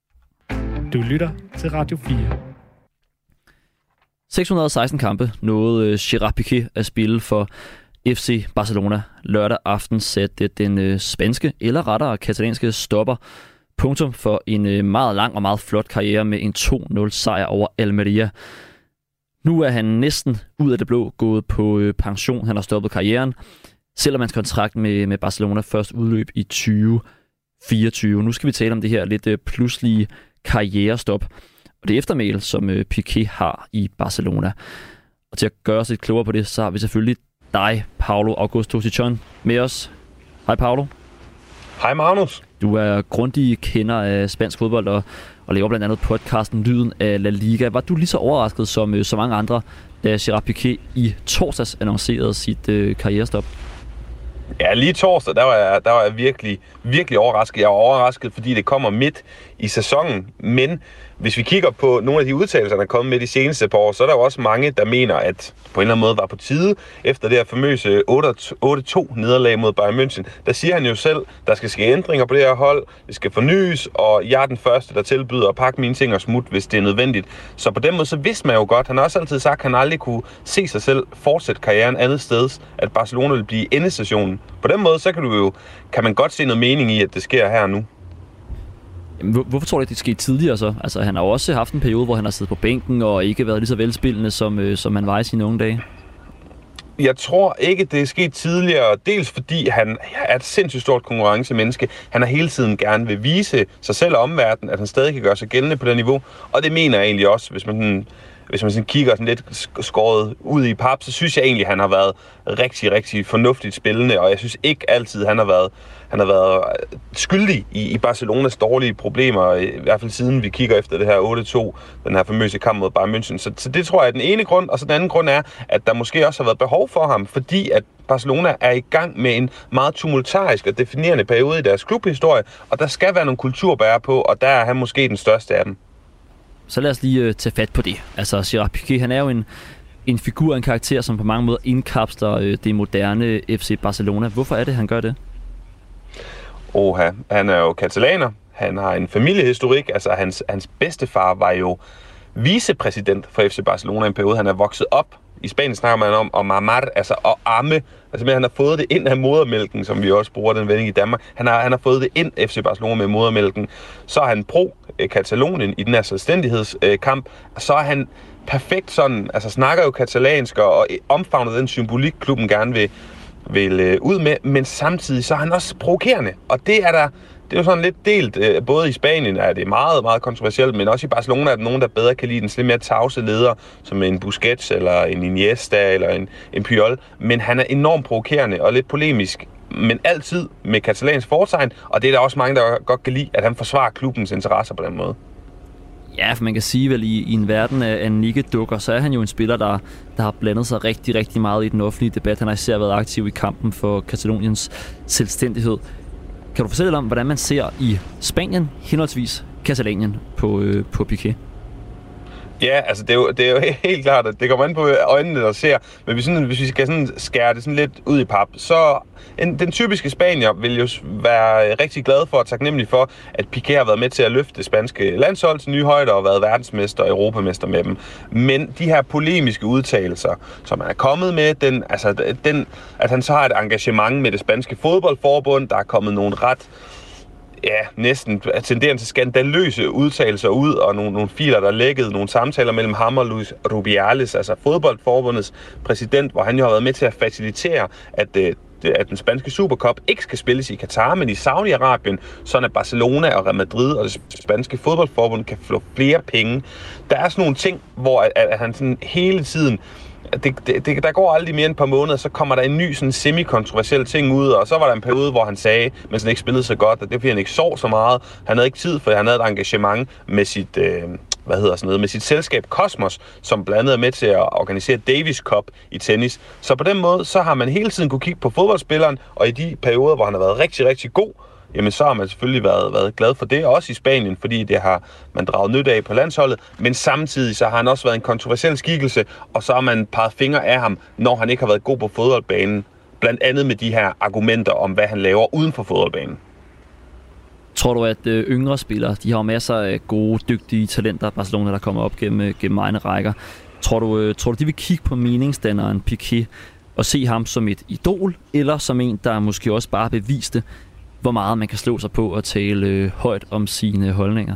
Du lytter til Radio fire. seks hundrede og seksten kampe nåede uh, Gerard Piqué at spille for F C Barcelona. Lørdag aften satte den uh, spanske, eller rettere katalanske stopper, punktum for en uh, meget lang og meget flot karriere med en to nul sejr over Almeria. Nu er han næsten ud af det blå gået på uh, pension. Han har stoppet karrieren, selvom hans kontrakt med, med Barcelona først udløb i tyve fireogtyve. Nu skal vi tale om det her lidt uh, pludselige karrierestop, og det eftermæl, som uh, Piqué har i Barcelona. Og til at gøre os lidt klogere på det, så har vi selvfølgelig dig, Paulo Augusto Cichon, med os. Hej Paulo. Hej Magnus. Du er grundig kender af spansk fodbold og, og laver blandt andet podcasten Lyden af La Liga. Var du lige så overrasket som uh, så mange andre, da Gerard Piqué i torsdags annoncerede sit uh, karrierestop? Ja, lige torsdag, der var jeg, der var jeg virkelig, virkelig overrasket. Jeg var overrasket, fordi det kommer midt i sæsonen. Men hvis vi kigger på nogle af de udtalelser, der er kommet med de seneste par år, så er der jo også mange, der mener, at på en eller anden måde var på tide efter det her famøse otte to nederlag mod Bayern München. Der siger han jo selv, der skal ske ændringer på det her hold, det skal fornyes, og jeg er den første, der tilbyder at pakke mine ting og smut, hvis det er nødvendigt. Så på den måde, så vidste man jo godt, han har også altid sagt, at han aldrig kunne se sig selv fortsætte karrieren andet sted, at Barcelona vil blive endestationen. På den måde, så kan du jo, kan man godt se noget mening i, at det sker her nu. Jamen, hvor, hvorfor tror du, at det skete tidligere så? Altså, han har også haft en periode, hvor han har siddet på bænken og ikke været lige så velspillende, som, øh, som han var i sine unge dage. Jeg tror ikke, det er sket tidligere, dels fordi han er et sindssygt stort konkurrencemenneske. Han har hele tiden gerne vil vise sig selv og omverdenen, at han stadig kan gøre sig gældende på det niveau. Og det mener jeg egentlig også, hvis man, hvis man sådan kigger sådan lidt skåret ud i pap, så synes jeg egentlig, at han har været rigtig, rigtig fornuftigt spillende. Og jeg synes ikke altid, han har været, han har været skyldig i, i Barcelonas dårlige problemer, i hvert fald siden vi kigger efter det her otte to, den her famøse kamp mod Bayern München. Så, så det tror jeg er den ene grund, og så den anden grund er, at der måske også har været behov for ham, fordi at Barcelona er i gang med en meget tumultarisk og definerende periode i deres klubhistorie, og der skal være nogle kulturbærere på, og der er han måske den største af dem. Så lad os lige uh, tage fat på det. Altså, Gerard Piqué, han er jo en, en figur, en karakter, som på mange måder indkapsler uh, det moderne F C Barcelona. Hvorfor er det, han gør det? Oha, han er jo katalaner. Han har en familiehistorik. Altså, hans, hans bedstefar var jo vicepræsident for F C Barcelona i en periode. Han er vokset op. I Spanien snakker man om, om amar, altså at amme. Altså, han har fået det ind af modermælken, som vi også bruger den vending i Danmark. Han har, han har fået det ind F C Barcelona med modermælken. Så er han pro-Katalonien i den her selvstændighedskamp. Så er han perfekt sådan, altså snakker jo katalansk og omfavner den symbolik, klubben gerne vil, vil øh, ud med, men samtidig så er han også provokerende, og det er der, det er jo sådan lidt delt, øh, både i Spanien er det meget, meget kontroversielt, men også i Barcelona er der nogen, der bedre kan lide den lidt mere tavse leder, som en Busquets eller en Iniesta eller en, en Puyol, men han er enormt provokerende og lidt polemisk, men altid med katalansk fortegn, og det er der også mange, der godt kan lide, at han forsvarer klubbens interesser på den måde. Ja, for man kan sige vel, i, i en verden af, af nikkedukker, så er han jo en spiller, der, der har blandet sig rigtig, rigtig meget i den offentlige debat. Han har især været aktiv i kampen for Kataloniens selvstændighed. Kan du fortælle om, hvordan man ser i Spanien, henholdsvis Catalanien, på, øh, på Piqué? Ja, altså det er, jo, det er jo helt klart, at det kommer an på øjnene, der ser. Men hvis, sådan, hvis vi skal sådan skære det sådan lidt ud i pap, så en, den typiske spanier vil jo være rigtig glad for og taknemmelig for, at Piqué har været med til at løfte det spanske landshold til nye højder og været verdensmester og europamester med dem. Men de her polemiske udtalelser, som han er kommet med, den, altså den, at han så har et engagement med det spanske fodboldforbund, der er kommet nogle ret ja, næsten tenderende til skandaløse udtalelser ud, og nogle, nogle filer, der lækkede, nogle samtaler mellem ham og Luis Rubiales, altså fodboldforbundets præsident, hvor han jo har været med til at facilitere, at, at den spanske Supercup ikke skal spilles i Katar, men i Saudi-Arabien, sådan at Barcelona og Real Madrid og det spanske fodboldforbund kan få flere penge. Der er sådan nogle ting, hvor at, at han sådan hele tiden Det, det, det, der går aldrig mere end et par måneder, så kommer der en ny sådan semi-kontroversiel ting ud, og så var der en periode, hvor han sagde, mens han ikke spillede så godt, at det er fordi han ikke sov så meget. Han havde ikke tid, for han havde et engagement med sit, øh, hvad hedder sådan noget, med sit selskab Cosmos, som blandt andet er med til at organisere Davis Cup i tennis. Så på den måde, så har man hele tiden kunne kigge på fodboldspilleren, og i de perioder, hvor han har været rigtig, rigtig god, jamen så har man selvfølgelig været, været glad for det, også i Spanien, fordi det har man draget nyt af på landsholdet, men samtidig så har han også været en kontroversiel skikkelse, og så har man peget fingre af ham, når han ikke har været god på fodboldbanen, blandt andet med de her argumenter om, hvad han laver uden for fodboldbanen. Tror du, at yngre spillere, de har masser af gode, dygtige talenter, Barcelona, der kommer op gennem, gennem egne rækker. Tror du, tror du, de vil kigge på meningsdanneren Piqué og se ham som et idol, eller som en, der måske også bare beviste, hvor meget man kan slå sig på og tale øh, højt om sine holdninger?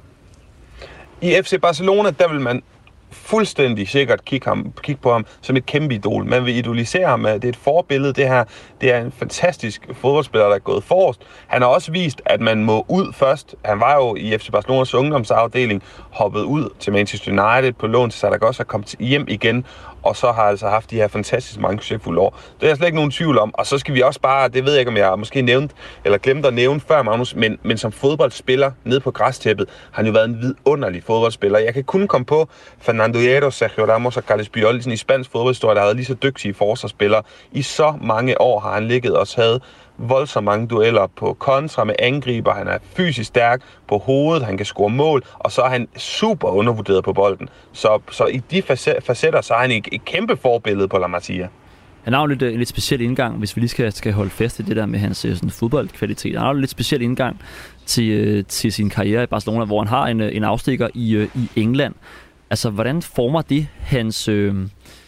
I F C Barcelona, der vil man fuldstændig sikkert kigge, ham, kigge på ham som et kæmpe idol. Man vil idolisere ham. Det er et forbillede, det her. Det er en fantastisk fodboldspiller, der er gået forrest. Han har også vist, at man må ud først. Han var jo i F C Barcelonas ungdomsafdeling, hoppet ud til Manchester United på lån til Zaragoza, kom hjem igen, og så har altså haft de her fantastisk mange succesfulde år. Det er jeg slet ikke nogen tvivl om. Og så skal vi også bare, det ved jeg ikke, om jeg har måske nævnt, eller glemt at nævne før, Magnus, men, men som fodboldspiller nede på græstæppet, har han jo været en vidunderlig fodboldspiller. Jeg kan kun komme på Fernando Hierro, Sergio Ramos og Carles Puyol, sådan i spansk fodboldhistorie, der har været lige så dygtige forsvarsspillere. I så mange år har han ligget og også havde voldsomt mange dueller på kontra med angriber. Han er fysisk stærk på hovedet, han kan score mål, og så er han super undervurderet på bolden. Så, så i de facetter, så er han et, et kæmpe forbillede på La Masia. Han har jo lidt, en lidt speciel indgang, hvis vi lige skal, skal holde fast i det der med hans sådan, fodboldkvalitet. Han har jo en lidt speciel indgang til, til sin karriere i Barcelona, hvor han har en, en afstikker i, i England. Altså, hvordan former det hans, øh,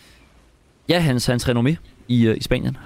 ja, hans, hans renommé i, i Spanien?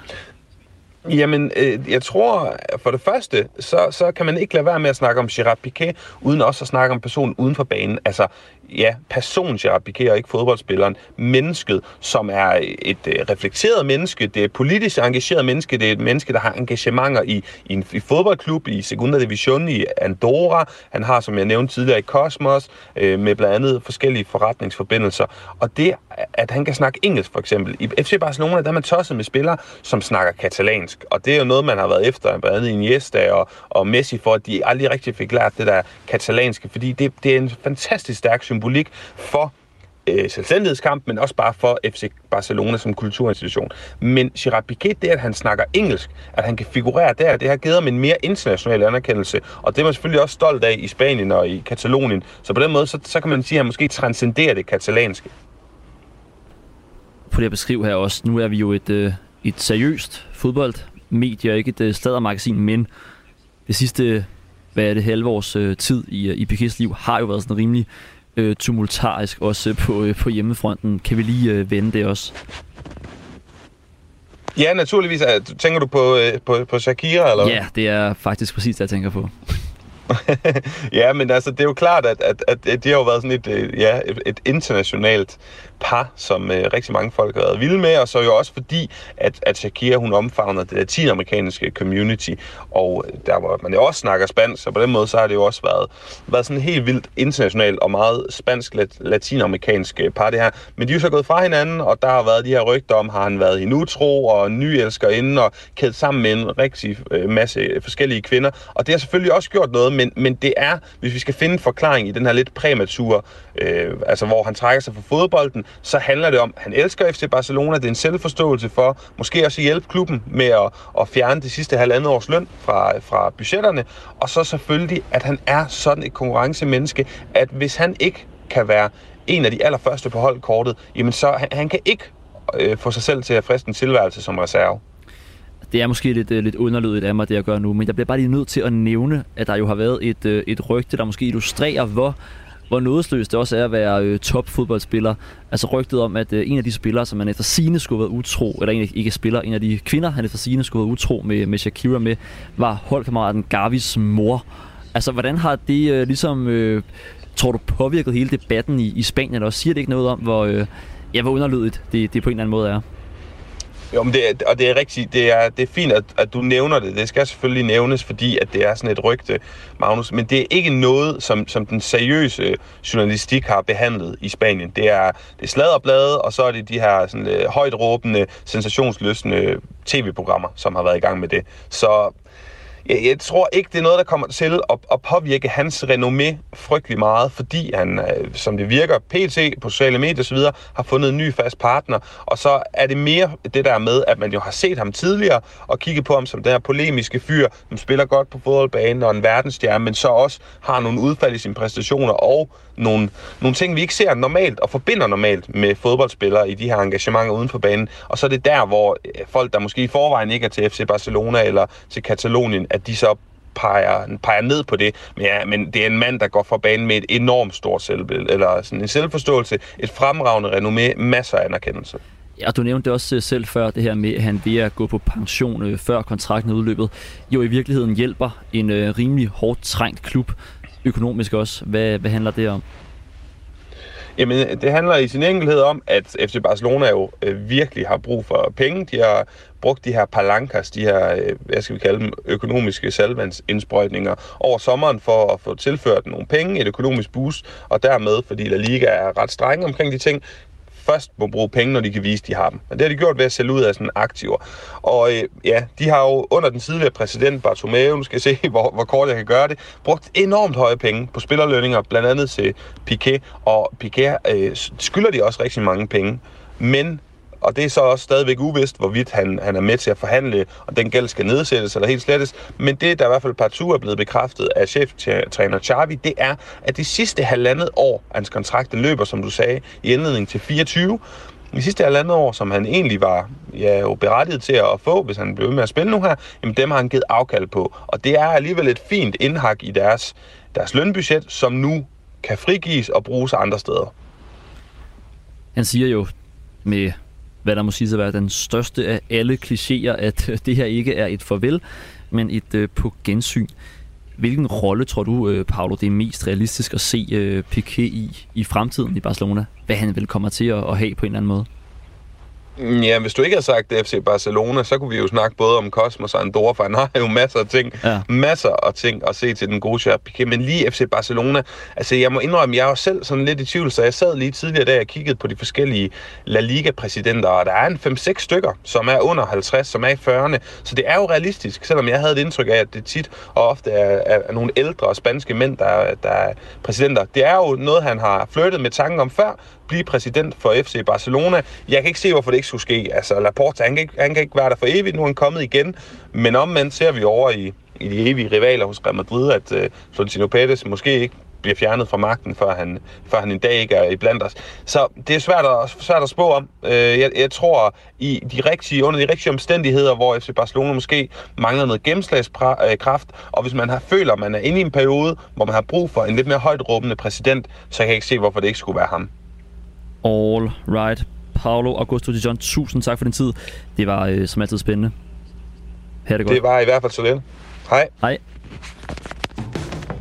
Jamen, øh, jeg tror, for det første, så, så kan man ikke lade være med at snakke om Gerard Piqué, uden også at snakke om personen uden for banen. Altså, ja, personen Gerard Piqué og ikke fodboldspilleren. Mennesket, som er et øh, reflekteret menneske, det er et politisk engageret menneske, det er et menneske, der har engagementer i, i en i fodboldklub, i Segunda Division, i Andorra. Han har, som jeg nævnte tidligere, i Cosmos, øh, med blandt andet forskellige forretningsforbindelser. Og det, at han kan snakke engelsk, for eksempel. I F C Barcelona, der er man tosset med spillere, som snakker katalansk. Og det er jo noget, man har været efter, blandt andet Iniesta og, og Messi, for at de aldrig rigtig fik lært det der katalanske, fordi det, det er en fantastisk stærk symbolik for øh, selvstændighedskamp, men også bare for F C Barcelona som kulturinstitution. Men Gerard Piqué, det at han snakker engelsk, at han kan figurere der, det har givet ham en mere international anerkendelse, og det er man selvfølgelig også stolt af i Spanien og i Katalonien. Så på den måde, så, så kan man sige, at han måske transcenderer det katalanske. På det at beskrive her også, nu er vi jo et, øh, et seriøst fodboldmedie, ikke et øh, sladdermagasin, men det sidste, hvad er det, halve års øh, tid i, i Piqués liv, har jo været sådan rimelig øh, tumultarisk, også på, øh, på hjemmefronten. Kan vi lige øh, vende det også? Ja, naturligvis. Tænker du på, øh, på, på Shakira, eller? Ja, det er faktisk præcis det, jeg tænker på. Ja, men altså, det er jo klart, at, at, at de har jo været sådan et, ja, et, et internationalt par, som øh, rigtig mange folk har været vilde med, og så jo også fordi, at, at Shakira, hun omfavner det latinamerikanske community, og der hvor man jo også snakker spansk, så på den måde, så har det jo også været, været sådan helt vildt internationalt og meget spansk-latinamerikansk par, det her. Men de er jo så gået fra hinanden, og der har været de her rygter om, har han været en utro og nyelskerinde og kædet sammen med en rigtig øh, masse forskellige kvinder, og det har selvfølgelig også gjort noget, men, men det er, hvis vi skal finde en forklaring i den her lidt præmature, øh, altså hvor han trækker sig fra fodbolden, så handler det om, at han elsker F C Barcelona. Det er en selvforståelse for måske også at hjælpe klubben med at, at fjerne det sidste halvandet års løn fra, fra budgetterne. Og så selvfølgelig, at han er sådan et konkurrencemenneske, at hvis han ikke kan være en af de allerførste på holdkortet, jamen så han, han kan ikke øh, få sig selv til at friste en tilværelse som reserve. Det er måske lidt, lidt underlydigt af mig, det jeg gør nu, men jeg bliver bare lige nødt til at nævne, at der jo har været et, et rygte, der måske illustrerer, hvor hvor nådesløst det også er at være øh, topfodboldspiller. Altså rygtet om, at øh, en af de spillere, som han efter sigende skulle have været utro, eller en ikke spiller, en af de kvinder, han efter sigende skulle have været utro med, med Shakira med, var holdkammeraten Gavis mor. Altså, hvordan har det øh, ligesom, øh, tror du, påvirket hele debatten i, i Spanien? Og siger det ikke noget om, hvor, øh, ja, hvor underlydigt det, det på en eller anden måde er? Jo, men det er, og det er rigtigt. Det er, det er fint, at, at du nævner det. Det skal selvfølgelig nævnes, fordi at det er sådan et rygte, Magnus. Men det er ikke noget, som, som den seriøse journalistik har behandlet i Spanien. Det er, det er sladderblade, og så er det de her sådan, øh, højt råbende, sensationsløsende tv-programmer, som har været i gang med det. Så jeg, jeg tror ikke, det er noget, der kommer til at, at påvirke hans renommé frygtelig meget, fordi han, som det virker, P T på sociale medier osv., har fundet en ny fast partner. Og så er det mere det der med, at man jo har set ham tidligere og kigget på ham som den her polemiske fyr, som spiller godt på fodboldbanen og en verdensstjerne, men så også har nogle udfald i sine præstationer og nogle, nogle ting, vi ikke ser normalt og forbinder normalt med fodboldspillere i de her engagementer uden for banen. Og så er det der, hvor folk, der måske i forvejen ikke er til F C Barcelona eller til Katalonien, at de så peger, peger ned på det. Men, ja, men det er en mand, der går fra banen med et enormt stort selvbillede, eller sådan en selvforståelse, et fremragende renommé, masser af anerkendelse. Ja, du nævnte det også selv før, det her med, at han ved at gå på pension øh, før kontrakten er udløbet, jo i virkeligheden hjælper en øh, rimelig hårdt trængt klub, økonomisk også. Hvad, hvad handler det om? Jamen, det handler i sin enkelhed om, at F C Barcelona jo øh, virkelig har brug for penge. De har brugt de her palancas, de her, øh, hvad skal vi kalde dem, økonomiske salvandsindsprøjtninger over sommeren for at få tilført nogle penge, et økonomisk boost, og dermed, fordi La Liga er ret strenge omkring de ting, først må bruge penge, når de kan vise, at de har dem. Og det har de gjort ved at sælge ud af sådan aktiver. Og øh, ja, de har jo under den tidligere præsident Bartomeu, nu skal jeg se, hvor, hvor kort jeg kan gøre det, brugt enormt høje penge på spillerlønninger, blandt andet til Piqué. Og Piqué øh, skylder de også rigtig mange penge. Men, og det er så også stadigvæk uvist, hvorvidt han, han er med til at forhandle, og den gæld skal nedsættes eller helt slettes. Men det, der i hvert fald partout er blevet bekræftet af cheftræner Xavi, det er, at de sidste halvandet år, hans kontrakt løber, som du sagde, i indledning til fireogtyve. De sidste halvandet år, som han egentlig var ja, jo berettiget til at få, hvis han blev med at spille nu her, jamen dem har han givet afkald på. Og det er alligevel et fint indhak i deres, deres lønbudget, som nu kan frigives og bruges andre steder. Han siger jo med, hvad der må siges at være den største af alle klichéer, at det her ikke er et farvel, men et øh, på gensyn. Hvilken rolle tror du, Paulo, det er mest realistisk at se øh, Piqué i, i fremtiden i Barcelona? Hvad han vil komme til at, at have på en eller anden måde? Ja, hvis du ikke havde sagt F C Barcelona, så kunne vi jo snakke både om Cosmos og Andorra, for han har jo masser af ting, ja. masser af ting at se til den gode Gerard Piqué. Men lige F C Barcelona, altså jeg må indrømme, jeg er jo selv sådan lidt i tvivl, så jeg sad lige tidligere, da jeg kiggede på de forskellige La Liga-præsidenter, og der er en fem seks stykker, som er under halvtreds, som er i fyrrerne, så det er jo realistisk, selvom jeg havde et indtryk af, at det tit og ofte er, er nogle ældre spanske mænd, der, der er præsidenter. Det er jo noget, han har flirtet med tanken om før, blive præsident for F C Barcelona. Jeg kan ikke se, hvorfor det ikke skulle ske. Altså, Laporta, han kan ikke, han kan ikke være der for evigt. Nu er han kommet igen. Men omvendt ser vi over i, i de evige rivaler hos Real Madrid, at uh, Florentino Pérez måske ikke bliver fjernet fra magten, før han, før han en dag ikke er iblandt os. Så det er svært at, svært at spå om. Uh, jeg, jeg tror, i de rigtige, under de rigtige omstændigheder, hvor F C Barcelona måske mangler noget gennemslagskraft, og hvis man har, føler, at man er inde i en periode, hvor man har brug for en lidt mere højtråbende præsident, så kan jeg ikke se, hvorfor det ikke skulle være ham. All right. Paulo Augusto de Jon, tusind tak for din tid. Det var øh, som altid spændende. Ha' det godt. Det var i hvert fald så lidt. Hej. Hej.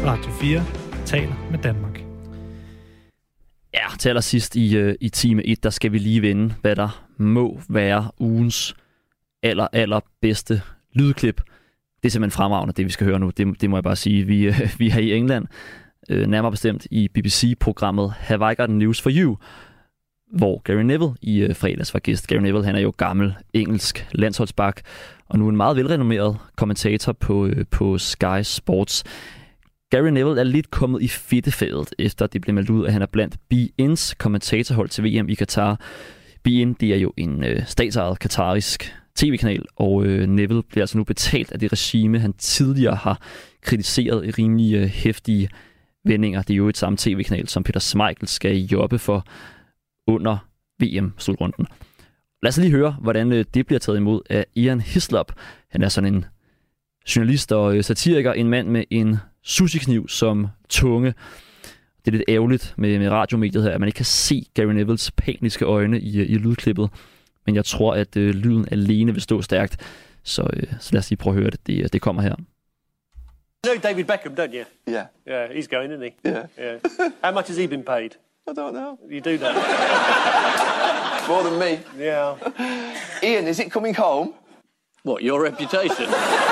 Radio fire taler med Danmark. Ja, til allersidst i, øh, i time et, der skal vi lige vende, hvad der må være ugens aller, aller bedste lydklip. Det er simpelthen fremragende, det vi skal høre nu. Det, det må jeg bare sige. Vi, øh, vi er i England, øh, nærmere bestemt i B B C-programmet Have I Got News For You, hvor Gary Neville i øh, fredags var gæst. Gary Neville, han er jo gammel engelsk landsholdsbak, og nu en meget velrenommeret kommentator på, øh, på Sky Sports. Gary Neville er lidt kommet i fedtefadet, efter det blev meldt ud, at han er blandt B In's kommentatorhold til V M i Katar. B N, det er jo en øh, statsejet katarisk tv-kanal, og øh, Neville bliver altså nu betalt af det regime, han tidligere har kritiseret i rimelig øh, heftige vendinger. Det er jo et samme tv-kanal, som Peter Schmeichel skal jobbe for under V M-slutrunden. Lad os lige høre, hvordan øh, det bliver taget imod af Ian Hislop. Han er sådan en journalist og øh, satiriker, en mand med en sushi-kniv som tunge. Det er lidt ærgerligt med, med radiomediet her, at man ikke kan se Gary Nevilles paniske øjne i, i lydklippet. Men jeg tror, at øh, lyden alene vil stå stærkt. Så, øh, så lad os lige prøve at høre det. Det, det kommer her. You know David Beckham, don't you? Yeah. Yeah, he's going, isn't he? Yeah. Yeah. How much has he been paid? I don't know. You do that? More than me. Yeah. Ian, is it coming home? What, your reputation?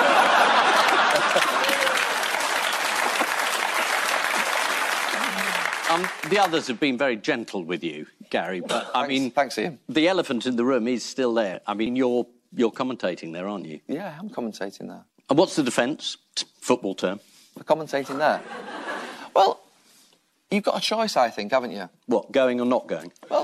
Um, the others have been very gentle with you, Gary, but I Thanks, mean... thanks, Ian. The elephant in the room is still there. I mean, you're you're commentating there, aren't you? Yeah, I'm commentating there. And what's the defence? Football term. For commentating there? Well, you've got a choice, I think, haven't you? What, going or not going? Well,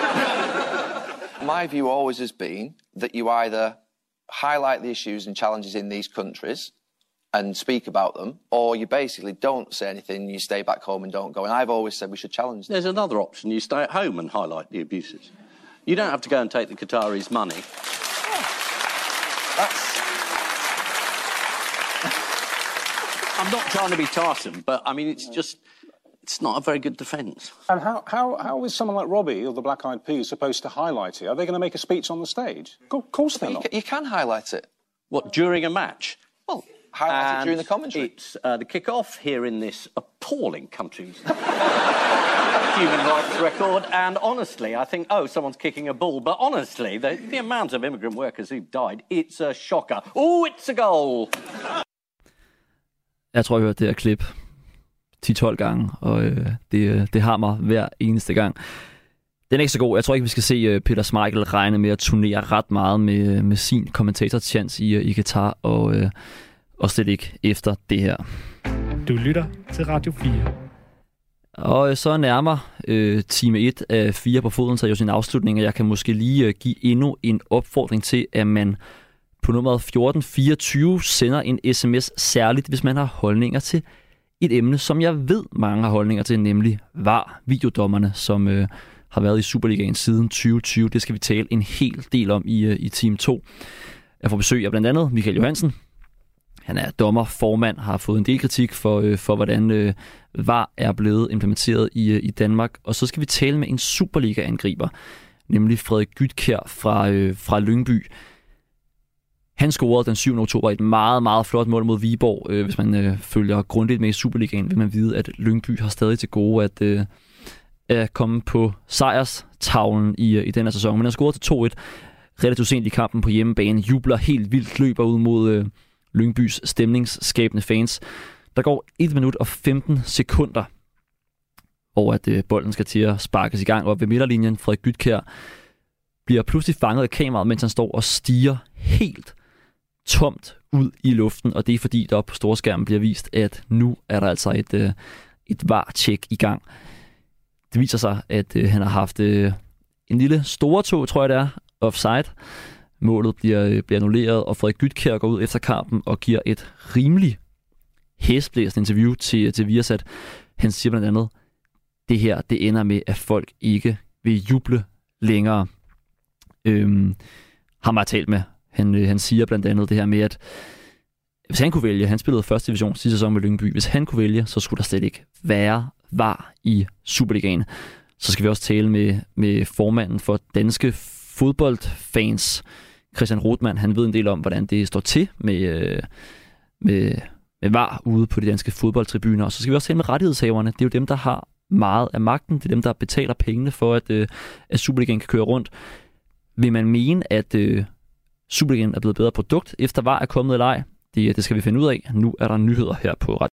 my view always has been that you either highlight the issues and challenges in these countries and speak about them, or you basically don't say anything, you stay back home and don't go. And I've always said we should challenge them. There's another option. You stay at home and highlight the abuses. You don't have to go and take the Qataris' money. That's... I'm not trying to be tiresome, but I mean, it's just, it's not a very good defence. And how, how, how is someone like Robbie or the Black Eyed Peas supposed to highlight it? Are they going to make a speech on the stage? Of course they're you not. Can, you can highlight it. What, during a match? Well, highlight it during the commentary. It's uh, the kick-off here in this appalling country's human rights record. And honestly, I think, oh, someone's kicking a ball. But honestly, the, the amount of immigrant workers who've died, it's a shocker. Oh, it's a goal! Jeg tror, jeg har hørt det her klip ti tolv gange, og øh, det, det har mig hver eneste gang. Den er ikke så god. Jeg tror ikke, vi skal se uh, Peter Schmeichel regne med at turnere ret meget med, med sin kommentatorchance i, i Qatar, og, øh, og slet ikke efter det her. Du lytter til Radio fire. Og så nærmer øh, time et af fire på foden, så jo sin afslutning, og jeg kan måske lige øh, give endnu en opfordring til, at man på nummeret fjorten fireogtyve sender en sms, særligt hvis man har holdninger til et emne, som jeg ved mange har holdninger til, nemlig V A R-videodommerne, som øh, har været i Superligaen siden tyve tyve. Det skal vi tale en hel del om i, øh, i time to. Jeg får besøg af blandt andet Michael Johansen. Han er dommer, formand, har fået en del kritik for, øh, for hvordan øh, V A R er blevet implementeret i, øh, i Danmark. Og så skal vi tale med en Superliga-angriber, nemlig Frederik Gytkjær fra, øh, fra Lyngby. Han scorede den syvende oktober et meget, meget flot mål mod Viborg. Øh, hvis man øh, følger grundigt med i Superligaen, vil man vide, at Lyngby har stadig til gode at, øh, at komme på sejrstavlen i, i den her sæson. Men han scorede til to et relativt sent i kampen på hjemmebane. Jubler helt vildt, løber ud mod øh, Lyngbys stemningsskabende fans. Der går et minut og femten sekunder, hvor at øh, bolden skal til at sparkes i gang op ved midterlinjen. Frederik Gytkjær bliver pludselig fanget af kameraet, mens han står og stiger helt tomt ud i luften, og det er fordi, der på storskærmen bliver vist, at nu er der altså et, øh, et V A R-tjek i gang. Det viser sig, at øh, han har haft øh, en lille store tog, tror jeg det er, offside. Målet bliver, øh, bliver annulleret, og Frederik Gytkjær går ud efter kampen og giver et rimelig hæsblæsende interview til, til Viasat. Han siger blandt andet, det her, det ender med, at folk ikke vil juble længere. Øhm, ham har jeg talt med. Han, øh, han siger blandt andet det her med, at hvis han kunne vælge, han spillede første division sidste sæson med Lyngby, hvis han kunne vælge, så skulle der slet ikke være V A R i Superligaen. Så skal vi også tale med, med formanden for danske fodboldfans, Christian Rothmann. Han ved en del om, hvordan det står til med, øh, med med V A R ude på de danske fodboldtribuner. Og så skal vi også tale med rettighedshaverne. Det er jo dem, der har meget af magten. Det er dem, der betaler pengene for, at, øh, at Superligaen kan køre rundt. Vil man mene, at øh, Superligaen er blevet bedre produkt, efter V A R er kommet eller ej? Det, det skal vi finde ud af. Nu er der nyheder her på